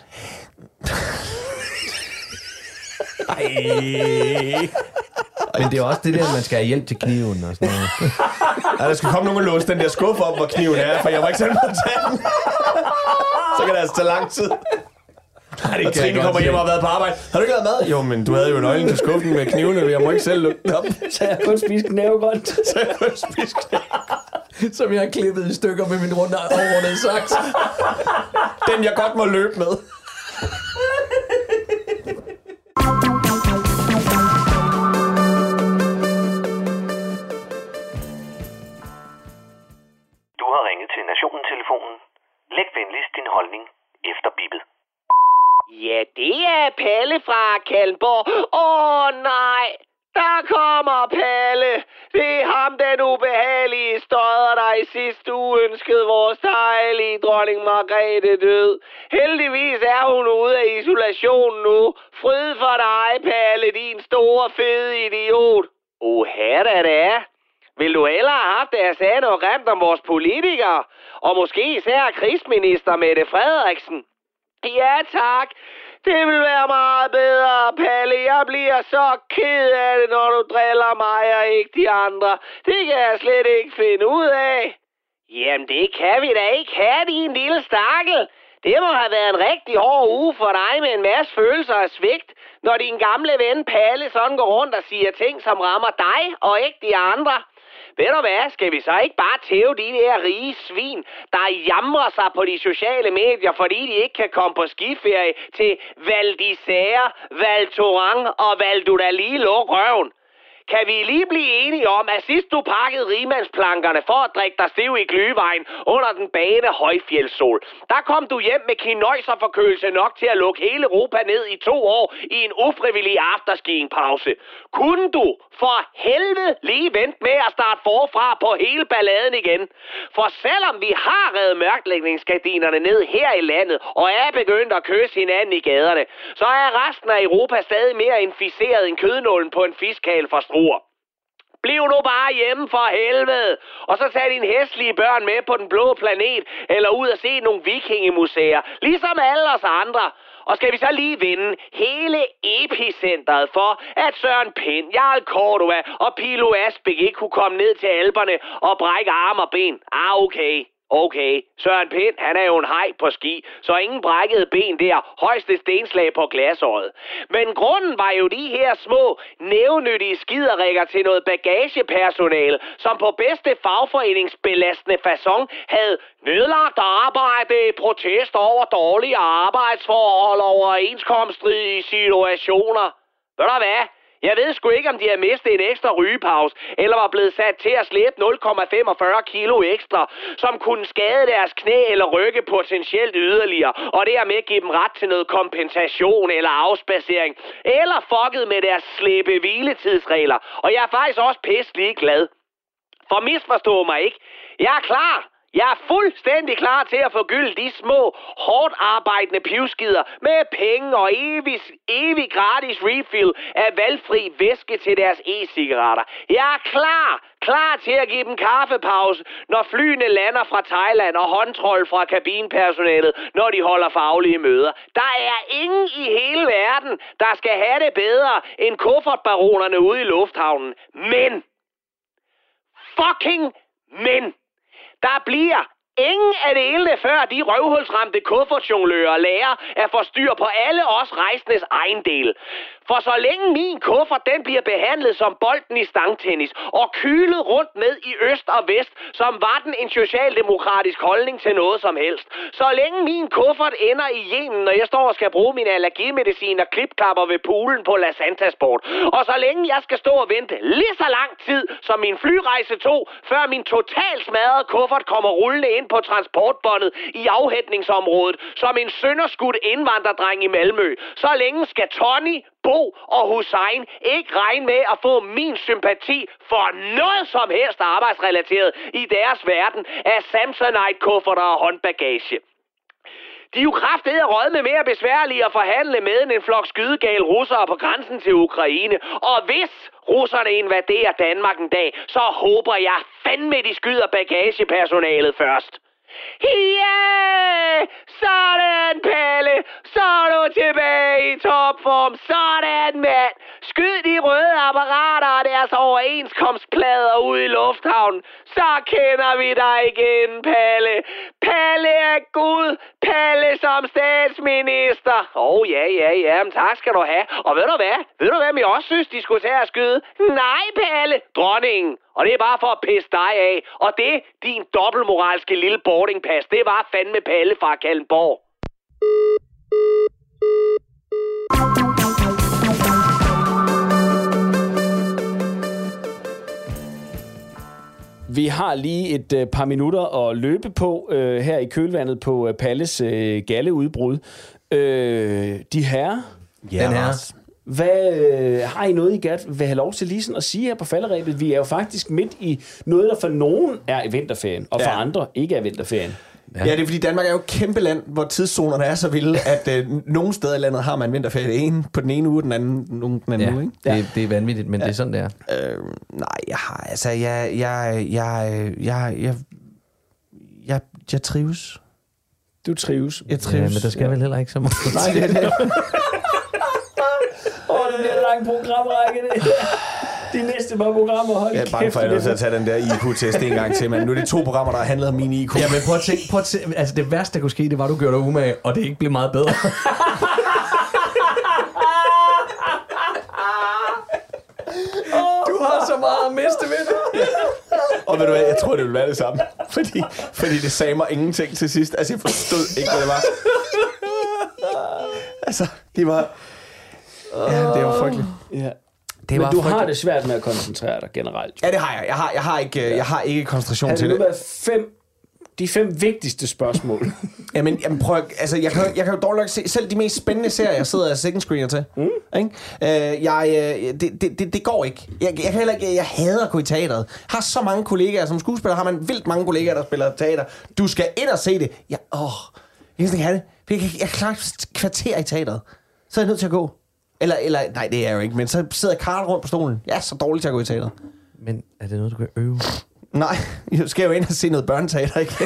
Speaker 4: Ej...
Speaker 3: Men det er også det der, man skal have hjælp til kniven og sådan noget.
Speaker 4: Ja, der skal komme nogen og låse den der skuffe op, hvor kniven er, for jeg var ikke selv med at tage den. Så kan det altså tage lang tid. Og Trine kommer hjem og har været på arbejde. Har du ikke lavet mad? Jo, men du havde jo nøglen til skuffen med knivene, jeg må ikke selv lukke den op.
Speaker 2: Så jeg kun spise knævegrønt.
Speaker 3: Som jeg har klippet i stykker med min overrundede saks.
Speaker 4: Den jeg godt må løbe med.
Speaker 16: Du har ringet til Nationen-telefonen. Læg venligst din holdning efter bippet.
Speaker 17: Ja, det er Palle fra Kalmborg. Nej, der kommer Palle. Det er ham, den ubehagelige stodder, der i sidste uge ønskede vores dejlige dronning Margrethe død. Heldigvis er hun ude af isolation nu. Fryd for dig, Palle, din store fede idiot. Her da det er. Vil du hellere have haft, at jeg sagde noget grimt om vores politikere? Og måske især krigsminister Mette Frederiksen? Ja, tak. Det vil være meget bedre, Palle. Jeg bliver så ked af det, når du driller mig og ikke de andre. Det kan jeg slet ikke finde ud af. Jamen, det kan vi da ikke have, din lille stakkel. Det må have været en rigtig hård uge for dig med en masse følelser af svigt, når din gamle ven Palle sådan går rundt og siger ting, som rammer dig og ikke de andre. Ved du hvad, skal vi så ikke bare tæve de der rige svin, der jamrer sig på de sociale medier, fordi de ikke kan komme på skiferie til Val d'Isère, Val Thorens og Val du da lige luk røven? Kan vi lige blive enige om, at sidst du pakkede rimandsplankerne for at drikke dig stiv i Glyvejen under den bagende højfjeldssol, der kom du hjem med kinøjserforkølelse nok til at lukke hele Europa ned i 2 år i en ufrivillig afterskiing-pause. Kunne du for helvede lige vente med at starte forfra på hele balladen igen? For selvom vi har revet mørklægningsgardinerne ned her i landet og er begyndt at kysse hinanden i gaderne, så er resten af Europa stadig mere inficeret end kødnålen på en fiskal for struer. Bliv nu bare hjemme for helvede, og så tag dine hæslige børn med på den blå planet, eller ud og se nogle vikingemuseer, ligesom alle os andre. Og skal vi så lige vinde hele epicentret for, at Søren Pind, Jarl Cordua og Pilo Asbæk ikke kunne komme ned til Alperne og brække arm og ben? Okay. Okay, Søren Pind, han er jo en hej på ski, så ingen brækkede ben der, højeste stenslag på glasøjet. Men grunden var jo de her små, nævnyttige skiderikker til noget bagagepersonale, som på bedste fagforeningsbelastende facon havde nedlagt arbejde, protest over dårlige arbejdsforhold og overenskomststridige situationer. Ved du hvad? Jeg ved sgu ikke, om de har mistet en ekstra rygepause, eller var blevet sat til at slæbe 0,45 kilo ekstra, som kunne skade deres knæ eller rygge potentielt yderligere, og dermed give dem ret til noget kompensation eller afspacering, eller fucket med deres slæbe hviletidsregler. Og jeg er faktisk også pisselig glad. For misforstå mig ikke. Jeg er klar. Jeg er fuldstændig klar til at forgylde de små, hårdt arbejdende pivskider med penge og evig gratis refill af valgfri væske til deres e-cigaretter. Jeg er klar til at give dem kaffepause, når flyene lander fra Thailand og håndtrol fra kabinpersonalet, når de holder faglige møder. Der er ingen i hele verden, der skal have det bedre end kuffertbaronerne ude i lufthavnen. Men! Fucking men! Der bliver ingen af delene, før de røvhulsramte kuffertjonglører lærer at få styr på alle os rejsendes ejendele. For så længe min kuffert den bliver behandlet som bolden i stangtennis og kylet rundt ned i øst og vest, som var den en socialdemokratisk holdning til noget som helst. Så længe min kuffert ender i Yemen, når jeg står og skal bruge min allergimedicin og klipklapper ved poolen på La Santa Sport. Og så længe jeg skal stå og vente lige så lang tid, som min flyrejse tog, før min totalt smadrede kuffert kommer rullende ind på transportbåndet i afhætningsområdet, som en sønderskudt indvandrerdreng i Malmø. Så længe skal Tony, Bo og Hussein ikke regne med at få min sympati for noget som helst arbejdsrelateret i deres verden af Samsonite-kufferter og håndbagage. De er jo kraftedeme rødme mere besværlige at forhandle med end en flok skydegale russere på grænsen til Ukraine. Og hvis russerne invaderer Danmark en dag, så håber jeg fandme, de skyder bagagepersonalet først. Ja! Sådan, Palle! Så er du tilbage i topform. Sådan, mand! Skyd de røde apparater og deres overenskomstplader ud i lufthavnen. Så kender vi dig igen, Palle. Palle er Gud. Palle som statsminister. Ja, men tak skal du have. Og ved du hvad jeg også synes, de skulle tage at skyde? Nej, Palle, dronningen. Og det er bare for at pisse dig af. Og det, din dobbeltmoralske lille boardingpas, det var fandme Palle fra Kalundborg.
Speaker 2: Vi har lige et par minutter at løbe på her i kølvandet på Palles galleudbrud. De herrer.
Speaker 4: Ja, den her.
Speaker 2: Hvad har I noget, I gerne vil have lov til lige sådan at sige her på falderebet? Vi er jo faktisk midt i noget, der for nogen er i vinterferien, og for andre ikke er vinterferien.
Speaker 4: Ja, det er fordi Danmark er jo et kæmpe land, hvor tidszonerne er så vilde, at nogle steder i landet har man vinterferie på den ene uge, den anden uge, ikke?
Speaker 3: Ja. Det er vanvittigt, men det er sådan, det er.
Speaker 4: Jeg trives.
Speaker 2: Du trives?
Speaker 4: Jeg trives.
Speaker 3: Ja, men der skal vel heller ikke så meget.
Speaker 2: Nej, det er det. Det bliver en lang programrække, det. De næste par programmer, hold kæft.
Speaker 4: Jeg er bange for, at jeg er nødt til at tage den der IQ-test en gang til, men nu er det 2 programmer, der har handlet om min IQ.
Speaker 3: Ja, men prøv at tænke, altså det værste, der kunne ske, det var, at du gjorde dig umage, og det ikke blev meget bedre. Du har så meget at miste ved det.
Speaker 4: Og ved du hvad, jeg tror, det ville være det samme. Fordi det sagde mig ingenting til sidst. Altså, jeg forstod ikke, hvad det var. Altså, det var... Ja, det var frygteligt.
Speaker 2: Ja. Men du har det svært med at koncentrere dig generelt.
Speaker 4: Ja, det har jeg. Jeg har ikke koncentration til det.
Speaker 2: De 5 vigtigste spørgsmål.
Speaker 4: Jamen prøv, altså jeg kan jo dårligt se selv de mest spændende serier, jeg sidder og second screener til. Ikke? Det går ikke. Jeg kan heller ikke. Jeg hader at gå i teateret. Har så mange kollegaer som skuespiller, har man vildt mange kollegaer, der spiller teater. Du skal ind og se det. Jeg kan ikke have det. Jeg kan klare et kvarter i teateret. Så er jeg nødt til at gå. Eller nej, det er jeg jo ikke. Men så sidder Karl rundt på stolen. Jeg er så dårlig til at gå i teateret.
Speaker 3: Men er det noget, du kan øve?
Speaker 4: Nej, jeg skal jo ind og se noget børneteater, ikke?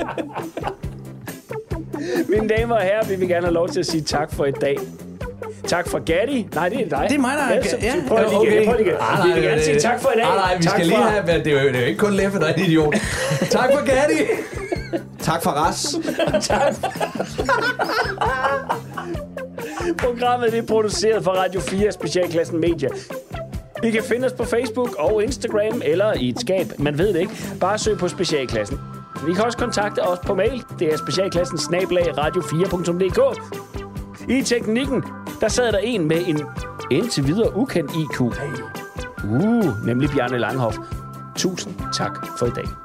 Speaker 2: Mine damer og herrer, vi vil gerne have lov til at sige tak for i dag. Tak fra Gatti. Nej, det er dig.
Speaker 3: Det er mig, der er...
Speaker 2: Ja, prøv lige igen. Vi vil gerne sige tak for i dag.
Speaker 3: Nej, vi skal lige have... Det er jo ikke kun Leffe, der er en idiot. Tak for Gatti.
Speaker 4: Tak for Ras.
Speaker 2: Tak. Programmet er produceret for Radio 4 Specialklassen Media. I kan finde os på Facebook og Instagram eller i et skab. Man ved det ikke. Bare søg på Specialklassen. I kan også kontakte os på mail. Det er specialklassen@radio4.dk. I teknikken, der sad der en med en indtil videre ukendt IQ. Nemlig Bjarne Langhoff. Tusind tak for i dag.